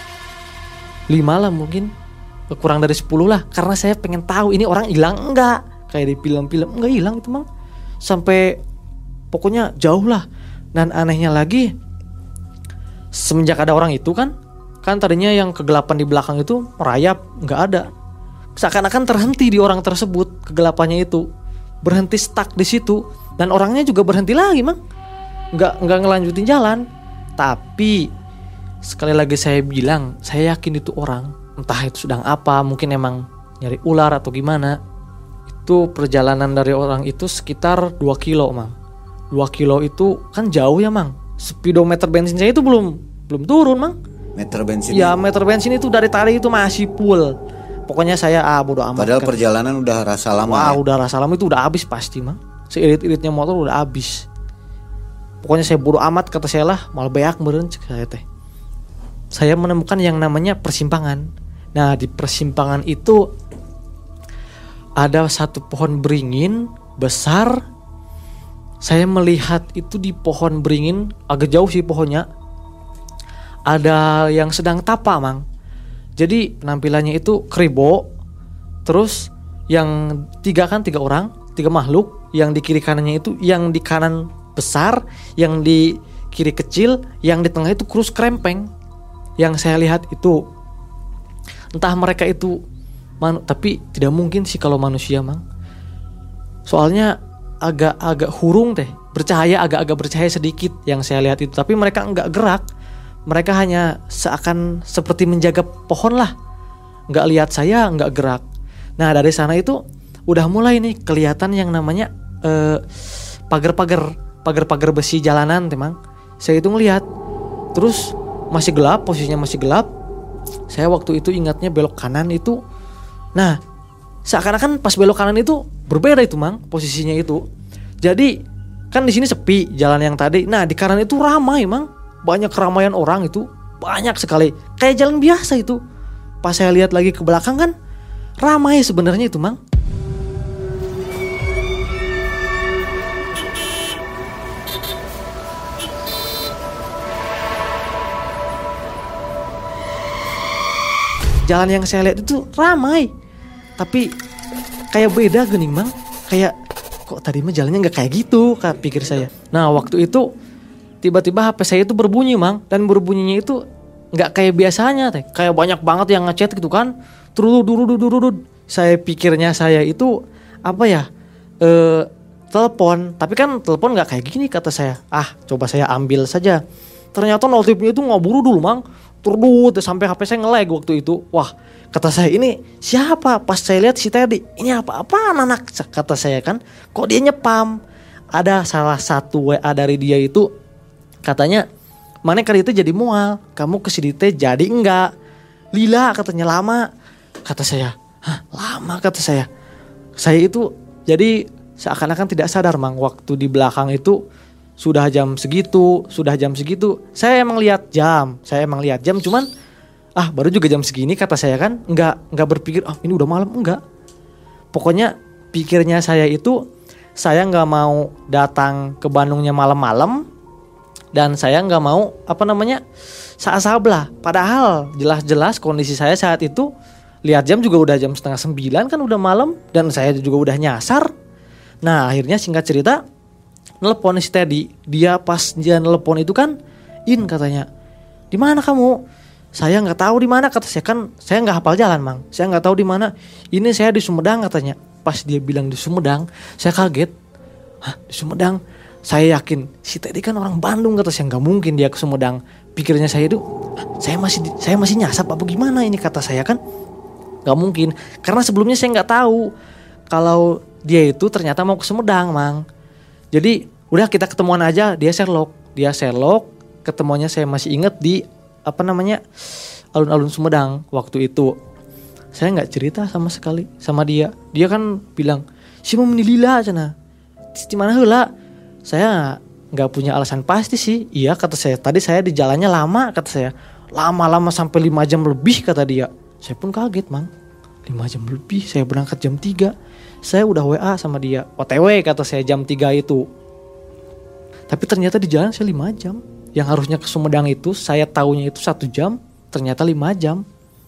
lima lah mungkin. Kurang dari sepuluh lah. Karena saya pengen tahu ini orang hilang enggak. Kayak di film-film enggak hilang itu mang. Sampai pokoknya jauh lah. Dan anehnya lagi semenjak ada orang itu kan. Kan tadinya yang kegelapan di belakang itu merayap enggak ada. Seakan-akan terhenti di orang tersebut kegelapannya itu. Berhenti stuck di situ. Dan orangnya juga berhenti lagi mang. Nggak, nggak ngelanjutin jalan. Tapi sekali lagi saya bilang, saya yakin itu orang. Entah itu sedang apa, mungkin emang nyari ular atau gimana. Itu perjalanan dari orang itu sekitar dua kilo mang. dua kilo itu kan jauh ya mang. Speedometer bensin saya itu belum belum turun mang. Meter bensin? Ya meter bensin itu dari tadi itu masih full. Pokoknya saya ah bodo amat. Padahal kan. Perjalanan udah rasa lama. Wah ya? udah rasa lama itu udah habis pasti mang. Seirit-iritnya motor udah habis. Pokoknya saya bodo amat kata saya lah. Malah beak meureun cek saya teh. Saya menemukan yang namanya persimpangan. Nah di persimpangan itu ada satu pohon beringin besar. Saya melihat itu di pohon beringin agak jauh sih pohonnya. Ada yang sedang tapa mang. Jadi penampilannya itu keribo. Terus yang tiga kan tiga orang, tiga makhluk. Yang di kiri kanannya itu, yang di kanan besar, yang di kiri kecil, yang di tengah itu kurus krempeng. Yang saya lihat itu entah mereka itu manu, tapi tidak mungkin sih kalau manusia mang. Soalnya agak-agak hurung teh, bercahaya agak-agak bercahaya sedikit yang saya lihat itu. Tapi mereka enggak gerak. Mereka hanya seakan seperti menjaga pohon lah. Enggak lihat saya, enggak gerak. Nah dari sana itu udah mulai nih kelihatan yang namanya eh, pagar-pagar, pagar-pagar besi jalanan temang. Saya itu ngelihat. Terus masih gelap, posisinya masih gelap. Saya waktu itu ingatnya belok kanan itu. Nah, seakan-akan pas belok kanan itu berbeda itu mang posisinya itu. Jadi kan di sini sepi jalan yang tadi. Nah di kanan itu ramai mang, banyak keramaian orang itu banyak sekali. Kayak jalan biasa itu. Pas saya lihat lagi ke belakang kan ramai sebenarnya itu mang. Jalan yang saya lihat itu ramai. Tapi kayak beda gini mang. Kayak kok tadi mah jalannya gak kayak gitu kak pikir saya. Nah waktu itu tiba-tiba H P saya itu berbunyi mang. Dan berbunyinya itu gak kayak biasanya teh. Kayak banyak banget yang ngechat gitu kan. Turudududududud. Saya pikirnya saya itu apa ya e, telepon. Tapi kan telepon gak kayak gini kata saya. Ah coba saya ambil saja. Ternyata notifnya itu ngaburu dulu mang. Turdut sampai H P saya nge-lag waktu itu. Wah kata saya ini siapa? Pas saya lihat si Teddy. Ini apa-apaan anak kata saya kan. Kok dia nyepam. Ada salah satu W A dari dia itu. Katanya mana kali itu jadi mual. Kamu kesini teh jadi enggak. Lila katanya lama. Kata saya. Hah lama kata saya. Saya itu jadi seakan-akan tidak sadar mang. Waktu di belakang itu sudah jam segitu, sudah jam segitu. Saya emang lihat jam, saya emang lihat jam. Cuman, ah baru juga jam segini kata saya kan. Enggak, enggak berpikir, ah ini udah malam, enggak. Pokoknya pikirnya saya itu, saya enggak mau datang ke Bandungnya malam-malam. Dan saya enggak mau, apa namanya, saasablah. Padahal jelas-jelas kondisi saya saat itu, lihat jam juga udah jam setengah sembilan kan udah malam. Dan saya juga udah nyasar. Nah akhirnya singkat cerita, nelpon si Teddy. Dia pas dia nelpon itu kan in katanya. Di mana kamu? Saya nggak tahu di mana kata saya kan. Saya nggak hafal jalan mang. Saya nggak tahu di mana. Ini saya di Sumedang katanya. Pas dia bilang di Sumedang, saya kaget. Hah di Sumedang? Saya yakin si Teddy kan orang Bandung kata saya. Nggak mungkin dia ke Sumedang. Pikirnya saya itu, saya masih saya masih nyasap apa gimana ini kata saya kan. Gak mungkin. Karena sebelumnya saya gak tahu kalau dia itu ternyata mau ke Sumedang, Mang. Jadi udah kita ketemuan aja, dia Sherlock. Dia Sherlock, ketemuannya saya masih ingat di apa namanya alun-alun Sumedang waktu itu. Saya nggak cerita sama sekali sama dia. Dia kan bilang, si mau menilila cina. Di mana heula? Saya nggak punya alasan pasti sih. Iya kata saya. Tadi saya di jalannya lama kata saya. Lama-lama sampai lima jam lebih kata dia. Saya pun kaget, Mang. lima jam lebih. Saya berangkat jam tiga. Saya udah W A sama dia. O T W kata saya jam tiga itu. Tapi ternyata di jalan saya lima jam. Yang harusnya ke Sumedang itu saya taunya itu satu jam, ternyata lima jam.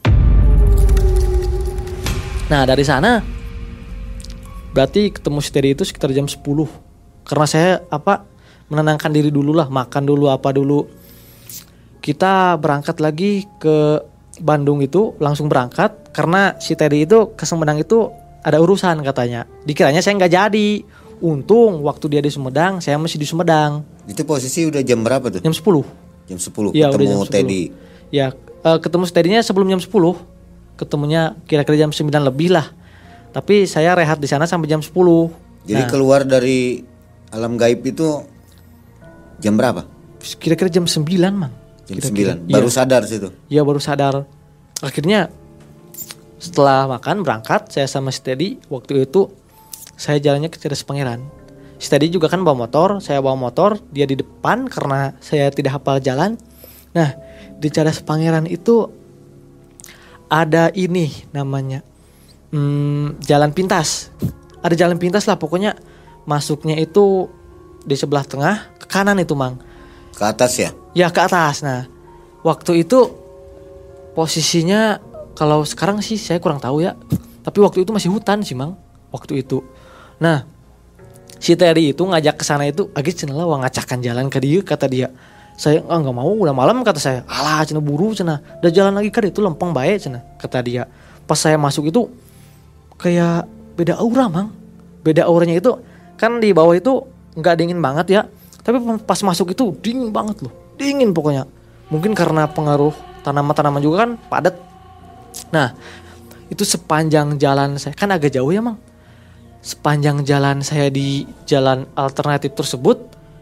Nah dari sana berarti ketemu si Teddy itu sekitar jam sepuluh. Karena saya apa menenangkan diri dulu lah, makan dulu apa dulu. Kita berangkat lagi ke Bandung itu, langsung berangkat. Karena si Teddy itu ke Sumedang itu ada urusan katanya. Dikiranya saya gak jadi. Untung waktu dia di Sumedang, saya masih di Sumedang. Itu posisi udah jam berapa tuh? Jam sepuluh. Jam sepuluh Ya, ketemu jam Teddy. Ya, uh, ketemu Teddy-nya sebelum jam sepuluh. Ketemunya kira-kira jam sembilan lebih lah. Tapi saya rehat di sana sampai jam sepuluh. Jadi nah, keluar dari alam gaib itu jam berapa? Kira-kira jam sembilan, Mang. Jam Kira-kira. sembilan. Baru ya. sadar situ. Iya, baru sadar. Akhirnya setelah makan berangkat saya sama si Teddy waktu itu. Saya jalannya ke Cadas Pangeran. Si Teddy juga kan bawa motor, saya bawa motor, dia di depan karena saya tidak hafal jalan. Nah, di Cadas Pangeran itu ada ini namanya hmm, jalan pintas. Ada jalan pintas lah pokoknya. Masuknya itu di sebelah tengah ke kanan itu, Mang. Ke atas ya? Ya ke atas. Nah, waktu itu posisinya kalau sekarang sih saya kurang tahu ya. Tapi waktu itu masih hutan sih, Mang. Waktu itu. Nah, si Terry itu ngajak ke sana itu, agak cenah wah ngacakan jalan ke dia kata dia. Saya ah, nggak mau, udah malam kata saya. Alah, cenah buru cenah. Udah jalan lagi kan itu lempeng baik cenah kata dia. Pas saya masuk itu kayak beda aura, Mang. Beda auranya itu kan di bawah itu nggak dingin banget ya. Tapi pas masuk itu dingin banget loh. Dingin pokoknya. Mungkin karena pengaruh tanaman-tanaman juga kan padat. Nah, itu sepanjang jalan saya kan agak jauh ya, Mang. Sepanjang jalan saya di jalan alternatif tersebut,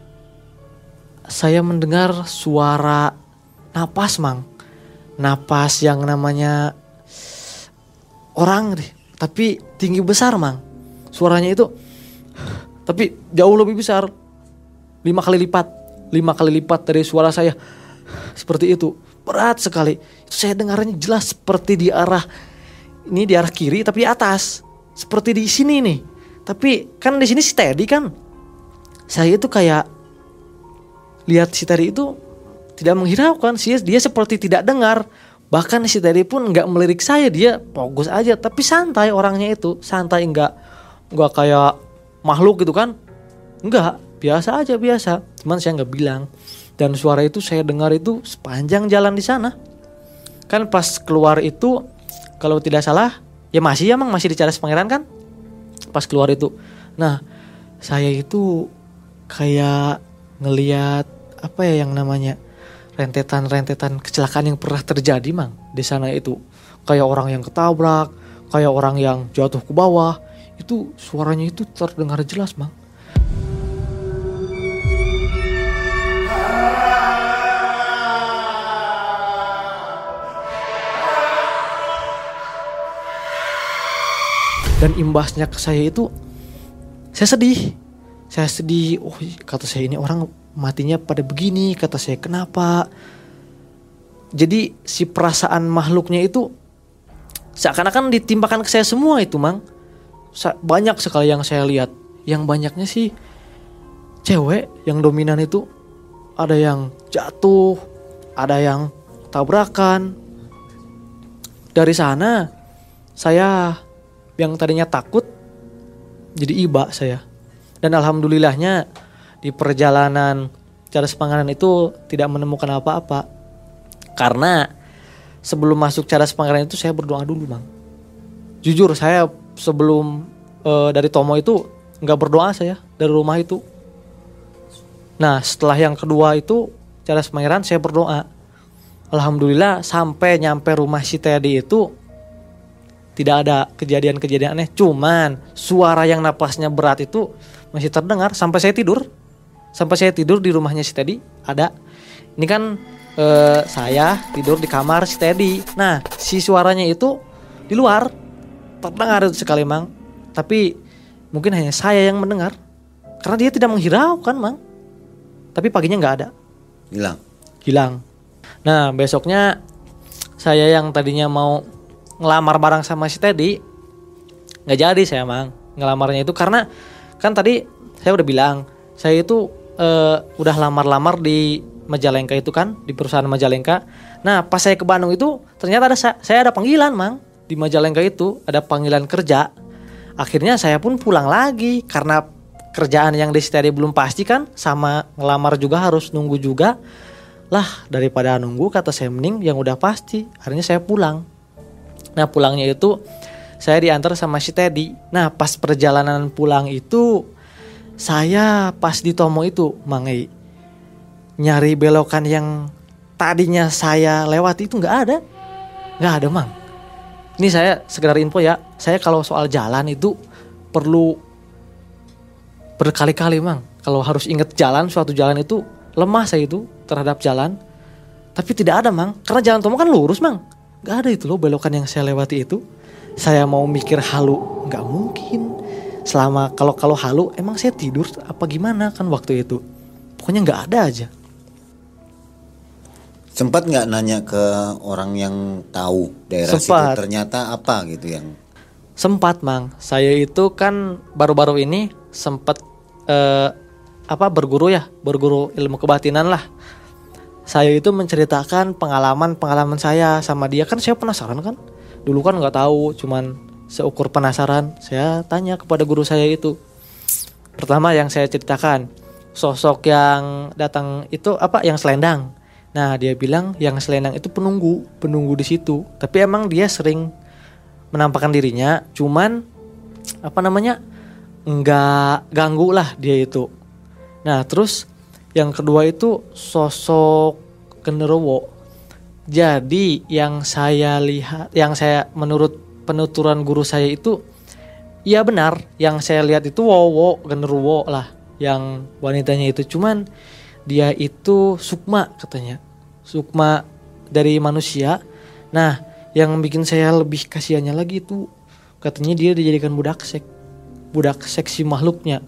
saya mendengar suara napas, Mang. Napas yang namanya orang deh, tapi tinggi besar, Mang. Suaranya itu, tapi jauh lebih besar, lima kali lipat, lima kali lipat dari suara saya. Seperti itu, berat sekali. Itu saya dengarnya jelas seperti di arah ini di arah kiri, tapi atas. Seperti di sini nih. Tapi kan di sini si Teddy kan. Saya itu kayak lihat si Teddy itu tidak menghiraukan. Dia, dia seperti tidak dengar. Bahkan si Teddy pun nggak melirik saya. Dia fokus aja. Tapi santai orangnya itu. Santai, nggak nggak kayak makhluk gitu kan. Nggak, biasa aja biasa. Cuman saya nggak bilang. Dan suara itu saya dengar itu sepanjang jalan di sana. Kan pas keluar itu kalau tidak salah ya masih ya, Mang, masih di Cadas Pangeran kan pas keluar itu. Nah, saya itu kayak ngelihat apa ya yang namanya rentetan-rentetan kecelakaan yang pernah terjadi, Mang, di sana itu. Kayak orang yang ketabrak, kayak orang yang jatuh ke bawah. Itu suaranya itu terdengar jelas, Mang. Dan imbasnya ke saya itu, saya sedih. Saya sedih, oh kata saya ini orang matinya pada begini, kata saya kenapa. Jadi si perasaan makhluknya itu seakan-akan ditimpakan ke saya semua itu, Mang. Banyak sekali yang saya lihat. Yang banyaknya sih cewek yang dominan itu. Ada yang jatuh, ada yang tabrakan. Dari sana saya yang tadinya takut jadi iba saya. Dan alhamdulillahnya di perjalanan Cadas Pangeran itu tidak menemukan apa-apa. Karena sebelum masuk Cadas Pangeran itu saya berdoa dulu, Mang. Jujur saya sebelum e, dari Tomo itu gak berdoa saya dari rumah itu. Nah setelah yang kedua itu Cadas Pangeran saya berdoa. Alhamdulillah sampai nyampe rumah si Teddy itu tidak ada kejadian-kejadian aneh. Cuman suara yang napasnya berat itu masih terdengar sampai saya tidur. Sampai saya tidur di rumahnya si Teddy ada. Ini kan eh, saya tidur di kamar si Teddy. Nah, si suaranya itu di luar terdengar sekali, Mang. Tapi mungkin hanya saya yang mendengar karena dia tidak menghiraukan, Mang. Tapi paginya nggak ada. Hilang. Hilang. Nah, besoknya saya yang tadinya mau ngelamar bareng sama si Teddy nggak jadi saya, Mang, ngelamarnya itu karena kan tadi saya udah bilang saya itu uh, udah lamar-lamar di Majalengka itu kan, di perusahaan Majalengka. Nah, pas saya ke Bandung itu ternyata ada saya ada panggilan, Mang, di Majalengka itu ada panggilan kerja. Akhirnya saya pun pulang lagi karena kerjaan yang di si Teddy belum pasti kan, sama ngelamar juga harus nunggu juga. Lah, daripada nunggu kata saya mending yang udah pasti. Akhirnya saya pulang. Nah, pulangnya itu saya diantar sama si Teddy. Nah, pas perjalanan pulang itu saya pas di Tomo itu, Mang Ei, nyari belokan yang tadinya saya lewati itu nggak ada, nggak ada, Mang. Ini saya sekedar info ya. Saya kalau soal jalan itu perlu berkali-kali, Mang. Kalau harus inget jalan, suatu jalan itu lemah saya itu terhadap jalan. Tapi tidak ada, Mang. Karena jalan Tomo kan lurus, Mang. Gak ada itu loh belokan yang saya lewati itu. Saya mau mikir halu, gak mungkin. Selama kalau kalau halu emang saya tidur apa gimana kan waktu itu. Pokoknya gak ada aja. Sempat gak nanya ke orang yang tahu daerah Sempat. situ ternyata apa gitu yang? Sempat, Mang. Saya itu kan baru-baru ini sempat eh, apa berguru ya, berguru ilmu kebatinan lah. Saya itu menceritakan pengalaman-pengalaman saya sama dia, kan saya penasaran kan. Dulu kan nggak tahu, cuman seukur penasaran. Saya tanya kepada guru saya itu. Pertama yang saya ceritakan, sosok yang datang itu apa? Yang selendang. Nah, dia bilang yang selendang itu penunggu, penunggu di situ. Tapi emang dia sering menampakkan dirinya, cuman apa namanya? Nggak ganggu lah dia itu. Nah, terus yang kedua itu sosok genderuwo. Jadi yang saya lihat, yang saya menurut penuturan guru saya itu, iya benar, yang saya lihat itu wowo, genderuwo lah, yang wanitanya itu. Cuman dia itu sukma katanya, sukma dari manusia. Nah, yang bikin saya lebih kasihannya lagi itu katanya dia dijadikan budak seks, budak seksi makhluknya.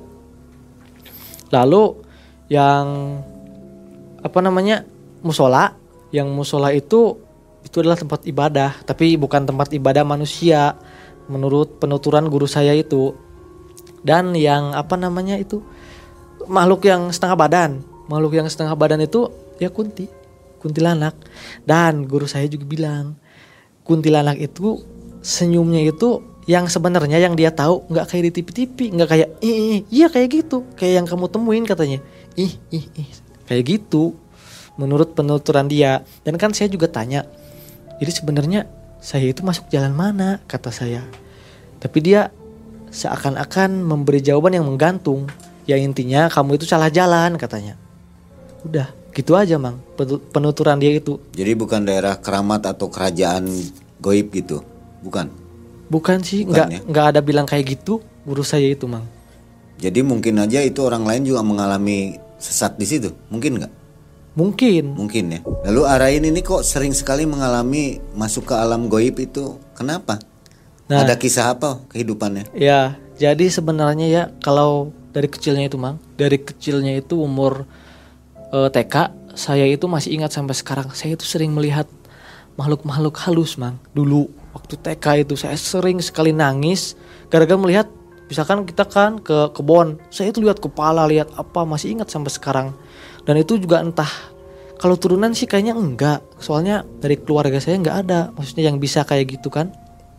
Lalu yang apa namanya musola, yang musola itu itu adalah tempat ibadah, tapi bukan tempat ibadah manusia menurut penuturan guru saya itu. Dan yang apa namanya itu makhluk yang setengah badan, makhluk yang setengah badan itu ya kunti, kuntilanak. Dan guru saya juga bilang kuntilanak itu senyumnya itu yang sebenarnya yang dia tahu nggak kayak di T V-T V, nggak kayak ih iya kayak gitu, kayak yang kamu temuin katanya. Ih, ih, ih, kayak gitu menurut penuturan dia. Dan kan saya juga tanya, jadi sebenarnya saya itu masuk jalan mana, kata saya. Tapi dia seakan-akan memberi jawaban yang menggantung. Ya intinya kamu itu salah jalan katanya. Udah gitu aja, Mang, penuturan dia itu. Jadi bukan daerah keramat atau kerajaan goib gitu, bukan? Bukan sih, bukan, nggak ya? nggak ada bilang kayak gitu guru saya itu, Mang. Jadi mungkin aja itu orang lain juga mengalami sesat di situ, mungkin nggak? Mungkin. Mungkin ya. Lalu Arain ini kok sering sekali mengalami masuk ke alam goib itu, kenapa? Nah, ada kisah apa kehidupannya? Ya, jadi sebenarnya ya kalau dari kecilnya itu, Mang, dari kecilnya itu umur e, T K, saya itu masih ingat sampai sekarang. Saya itu sering melihat makhluk-makhluk halus, Mang. Dulu waktu T K itu saya sering sekali nangis gara-gara melihat. Misalkan kita kan ke kebun, saya itu lihat kepala, lihat apa, masih ingat sampai sekarang. Dan itu juga entah, kalau turunan sih kayaknya enggak. Soalnya dari keluarga saya enggak ada, maksudnya yang bisa kayak gitu kan.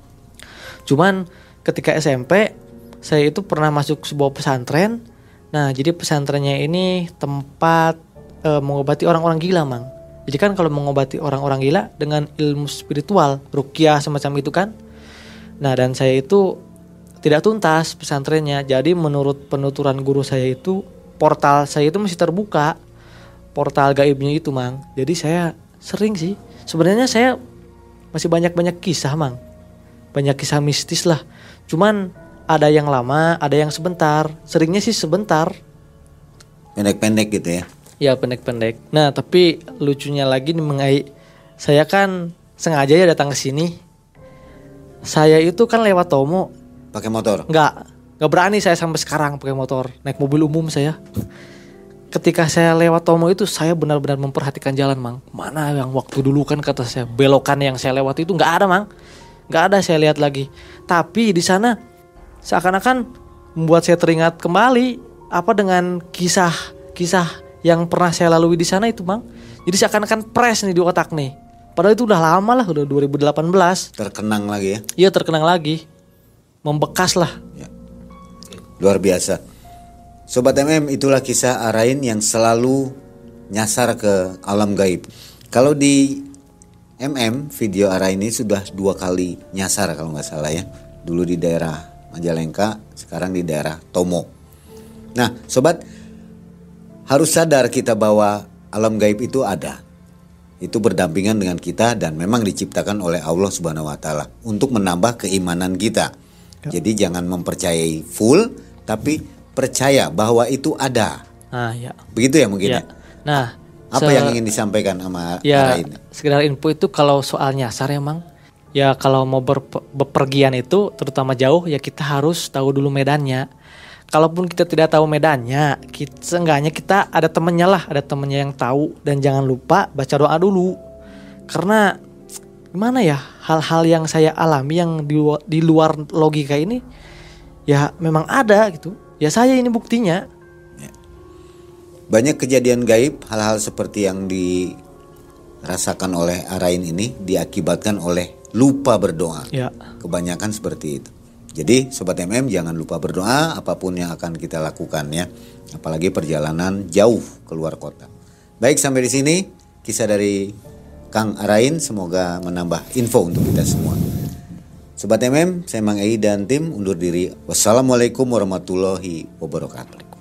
Cuman ketika S M P, saya itu pernah masuk sebuah pesantren. Nah, jadi pesantrennya ini tempat e, mengobati orang-orang gila, Mang. Jadi kan kalau mengobati orang-orang gila dengan ilmu spiritual, ruqyah semacam itu kan. Nah, dan saya itu tidak tuntas pesantrennya. Jadi menurut penuturan guru saya itu portal saya itu masih terbuka, portal gaibnya itu, Mang. Jadi saya sering sih, sebenarnya saya masih banyak-banyak kisah, Mang. banyak kisah mistis lah. Cuman ada yang lama, ada yang sebentar. Seringnya sih sebentar. Pendek-pendek gitu ya. Ya pendek-pendek. Nah tapi lucunya lagi nih mengai, saya kan sengaja ya datang ke sini. Saya itu kan lewat Tomo. Pakai motor? Enggak, enggak berani saya sampai sekarang pakai motor. Naik mobil umum saya. Ketika saya lewat Tomo itu saya benar-benar memperhatikan jalan, Mang. Mana yang waktu dulu kan kata saya belokan yang saya lewati itu enggak ada, Mang. Enggak ada, saya lihat lagi. Tapi di sana seakan-akan membuat saya teringat kembali apa dengan kisah-kisah yang pernah saya lalui di sana itu, Mang. Jadi seakan-akan fresh nih di otak nih. Padahal itu udah lama lah, udah dua ribu delapan belas. Terkenang lagi ya? Iya, terkenang lagi. Membekas lah. Ya. Luar biasa. Sobat M M, itulah kisah Arain yang selalu nyasar ke alam gaib. Kalau di M M, video Arain ini sudah dua kali nyasar kalau nggak salah ya. Dulu di daerah Majalengka, sekarang di daerah Tomo. Nah, sobat, harus sadar kita bahwa alam gaib itu ada. Itu berdampingan dengan kita dan memang diciptakan oleh Allah Subhanahu wa taala untuk menambah keimanan kita. Ya. Jadi jangan mempercayai full, tapi percaya bahwa itu ada. Nah, ya. Begitu ya mungkin. Ya. Nah, apa se- yang ingin disampaikan sama ya, Arain? Sekedar info itu kalau soal nyasar emang ya kalau mau ber- bepergian itu terutama jauh ya kita harus tahu dulu medannya. Kalaupun kita tidak tahu medannya, kita, seenggaknya kita ada temennya lah, ada temennya yang tahu. Dan jangan lupa baca doa dulu. Karena gimana ya, hal-hal yang saya alami yang di, di luar logika ini ya memang ada gitu. Ya saya ini buktinya. Banyak kejadian gaib, hal-hal seperti yang dirasakan oleh Arain ini diakibatkan oleh lupa berdoa. Ya. Kebanyakan seperti itu. Jadi Sobat M M jangan lupa berdoa apapun yang akan kita lakukan ya. Apalagi perjalanan jauh keluar kota. Baik, sampai di sini kisah dari Kang Arain, semoga menambah info untuk kita semua. Sobat M M, saya Mang Ei dan tim undur diri. Wassalamualaikum warahmatullahi wabarakatuh.